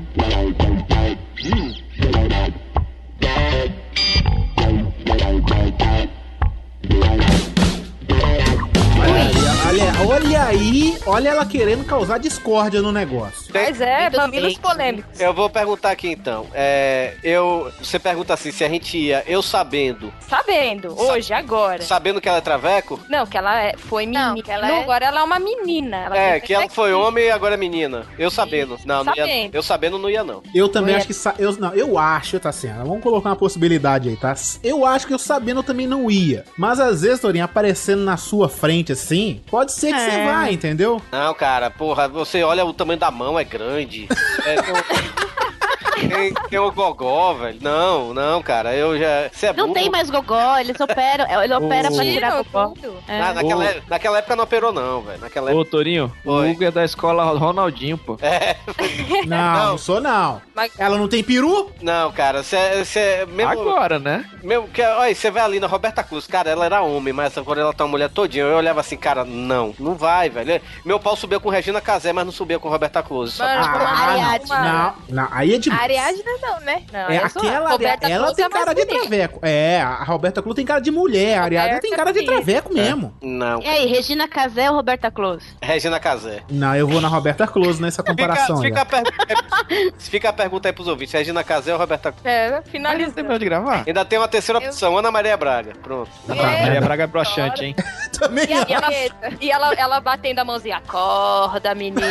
Olha ela querendo causar discórdia no negócio. Mas mamilos polêmicos. Eu vou perguntar aqui então. Você pergunta assim, se a gente ia, eu sabendo. Hoje, agora. Sabendo que ela é traveco? Não, que ela foi menina. Agora ela é uma menina. Que ela foi homem e agora é menina. Eu sabendo. Não ia. Eu sabendo não ia, não. Eu também acho que... Eu acho, tá assim, vamos colocar uma possibilidade aí, tá? Eu acho que eu sabendo também não ia. Mas às vezes, Torinho, aparecendo na sua frente assim, pode ser que você vá, entendeu? Não, cara, porra, você olha o tamanho da mão, é grande. Tem o gogó, velho. Não, cara, eu já... Não tem mais gogó, eles operam. Ele opera pra tirar gogó. Naquela época não operou, não, velho. Ô, Torinho, o Hugo é da escola Ronaldinho, pô. Não sou, não. Mas... Ela não tem peru? Não, cara, você mesmo... Agora, né? Mesmo que, olha, você vai ali na Roberta Cruz, cara, ela era homem, mas agora ela tá uma mulher todinha. Eu olhava assim, cara, não vai, velho. Meu pau subia com Regina Casé, mas não subia com Roberta Cruz. Não, aí é de... Ariadne não, né? Não, ela tem cara de traveco. A Roberta Close tem cara de mulher, a Ariadne tem cara de traveco mesmo. Não. E aí, Regina Casé ou Roberta Close? Regina Casé. Não, eu vou na Roberta Close nessa comparação. Fica a pergunta aí pros ouvintes, Regina Casé ou Roberta Close? Finalizando. de gravar. Ainda tem uma terceira opção, Ana Maria Braga. Pronto. Maria Braga é broxante, hein? Também e ela batendo a mãozinha, acorda, menino.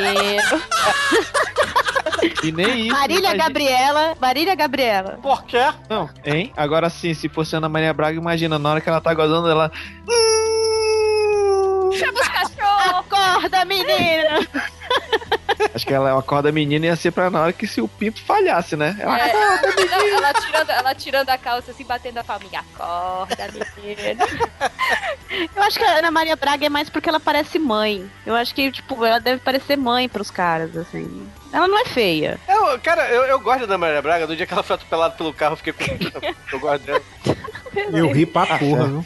E nem isso. Marília Gabriela. Por quê? Não, hein? Agora sim, se fosse Ana Maria Braga, imagina, na hora que ela tá gozando, ela... Chama os cachorros! Acorda, menina! Acho que ela acorda a menina ia ser pra na hora que se o pinto falhasse, né? Ela tirando a calça assim, batendo a palminha. Acorda, menina. Eu acho que a Ana Maria Braga é mais porque ela parece mãe. Eu acho que, tipo, ela deve parecer mãe pros caras, assim. Ela não é feia. Eu gosto da Ana Maria Braga. No dia que ela foi atropelada pelo carro, eu fiquei com... Eu gosto dela. Eu ri pra porra, viu?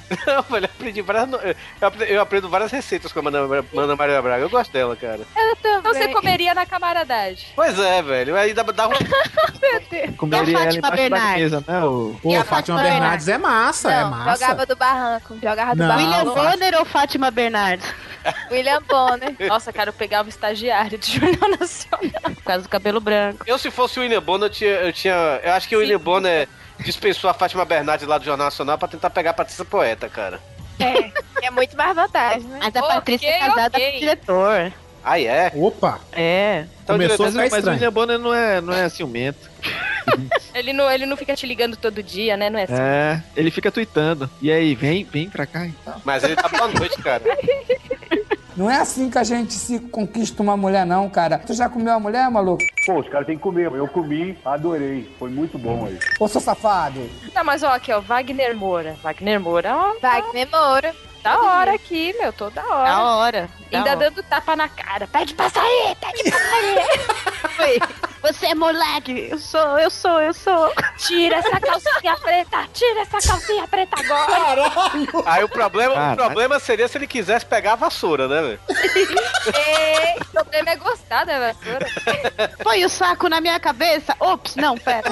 Eu aprendo várias receitas com a Ana Maria Braga. Eu gosto dela, cara. Eu também. Então você comeria na camaradagem. Pois é, velho. Aí dá um... Comeria ela embaixo da mesa, né? Pô, a Fátima Bernardes é massa, é massa. Jogava do barranco. William Bonner ou Fátima Bernardes? William Bonner. Nossa, cara, eu pegava o estagiário de Jornal Nacional. Por causa do cabelo branco. Se fosse o William Bonner, eu acho que o William Bonner dispensou a Fátima Bernardes lá do Jornal Nacional pra tentar pegar a Patrícia Poeta, cara. É muito mais vantagem, né? Mas a Patrícia é casada com o diretor. Ah, é? Opa! É. Então, Começou a ficar Mas o estranho. William Bonner não é ciumento. Ele não fica te ligando todo dia, né? Não é assim. É, ele fica tweetando. E aí, vem pra cá então. Mas ele tá boa noite, cara. Não é assim que a gente se conquista uma mulher, não, cara. Tu já comeu uma mulher, maluco? Pô, os caras têm que comer. Eu comi, adorei. Foi muito bom aí. Ô, seu safado. Não, mas ó, aqui, ó, Wagner Moura. Wagner Moura, ó. Wagner Moura. Da hora aqui, meu, toda hora. Da hora. Ainda dando tapa na cara. Pede pra sair, pede pra sair. Você é moleque. Eu sou. Tira essa calcinha preta agora. Aí o problema seria se ele quisesse pegar a vassoura, né, velho? Ei, o problema é gostar da vassoura. Põe o saco na minha cabeça. Ops, não, pera.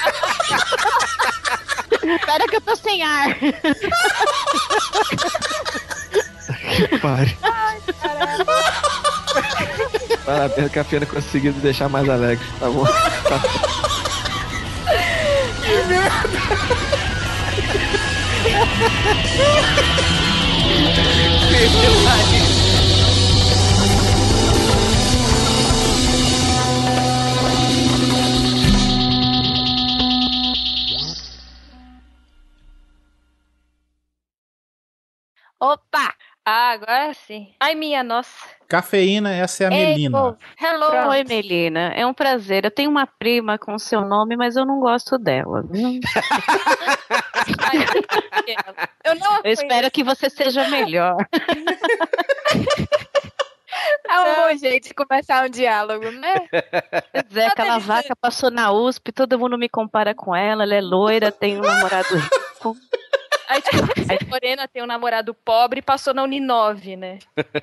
Pera que eu tô sem ar. Pare. Ai, caralho. Parabéns, o Cafeína conseguiu me deixar mais alegre, tá bom? Que merda! Opa! Ah, agora sim. Ai, minha nossa. Cafeína, essa é a Melina. Hello. Pronto. Oi, Melina. É um prazer. Eu tenho uma prima com seu nome, mas eu não gosto dela. Eu espero que você seja melhor. É um bom jeito de começar um diálogo, né? Pois é, aquela vaca passou na USP, todo mundo me compara com ela é loira, tem um namorado rico. Aí, tipo, a Morena tem um namorado pobre e passou na Uninove, né?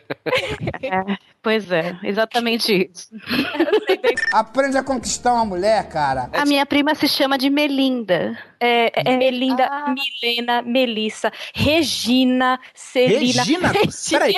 Pois é, exatamente isso. Aprende a conquistar uma mulher, cara. A minha prima se chama de Melinda. É Melinda, Milena, Melissa, Regina, Celina. Regina? Peraí.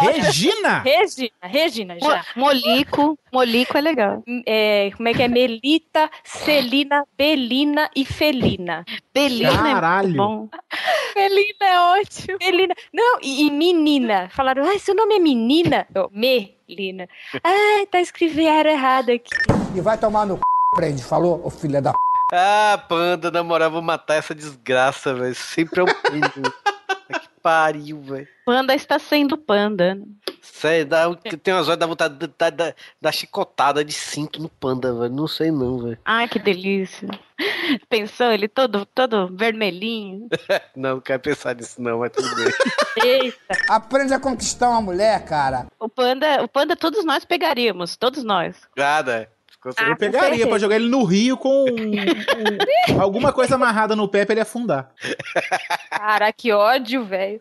Regina, já. Molico é legal. Como é que é? Melita, Celina, Belina e Felina. Belina Caralho. é muito bom. Felina é ótimo. Felina. Não, e menina. Falaram, seu nome é menina? Eu, Melina. Ai, tá escrevendo errado aqui. E vai tomar no c... Prende, falou, ô filha da p... Ah, Panda, na moral, vou matar essa desgraça, velho. Sempre é um panda. Que pariu, velho. Panda está sendo panda. Sério, tem umas horas da vontade de dar chicotada de cinto no Panda, velho. Não sei não, velho. Ai, que delícia. Pensou ele todo vermelhinho? Não quero pensar nisso não, mas tudo bem. Eita. Aprende a conquistar uma mulher, cara. O panda todos nós pegaríamos, todos nós. Nada. Eu pegaria pra jogar ele no rio com alguma coisa amarrada no pé pra ele afundar. Cara, que ódio, velho.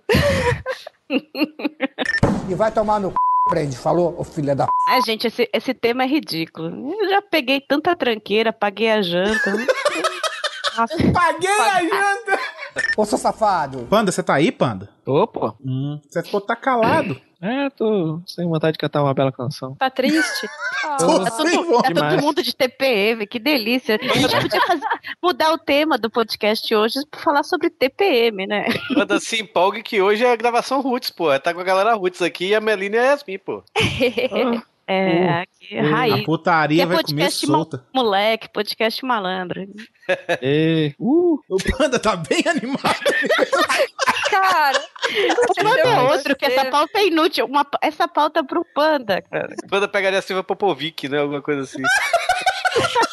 E vai tomar no c... Prende, falou, ô filha da p... Ai, gente, esse tema é ridículo. Eu já peguei tanta tranqueira, paguei a janta. Nossa, paguei a janta! Ô, seu safado. Panda, você tá aí, Panda? Opa. Você ficou tá calado. Tô sem vontade de cantar uma bela canção. Tá triste? Tá todo mundo de TPM, que delícia. A gente podia mudar o tema do podcast hoje pra falar sobre TPM, né? Panda, se empolgue que hoje é a gravação Roots, pô. Tá com a galera Roots aqui e a Melina e a Yasmin, pô. Aqui, raiz. A putaria vai comer podcast solta. Moleque, podcast malandro. O Panda tá bem animado. Cara, o Panda é outro, que essa pauta é inútil. Essa pauta é pro Panda, cara. O Panda pegaria a Silva Popovic, né? Alguma coisa assim.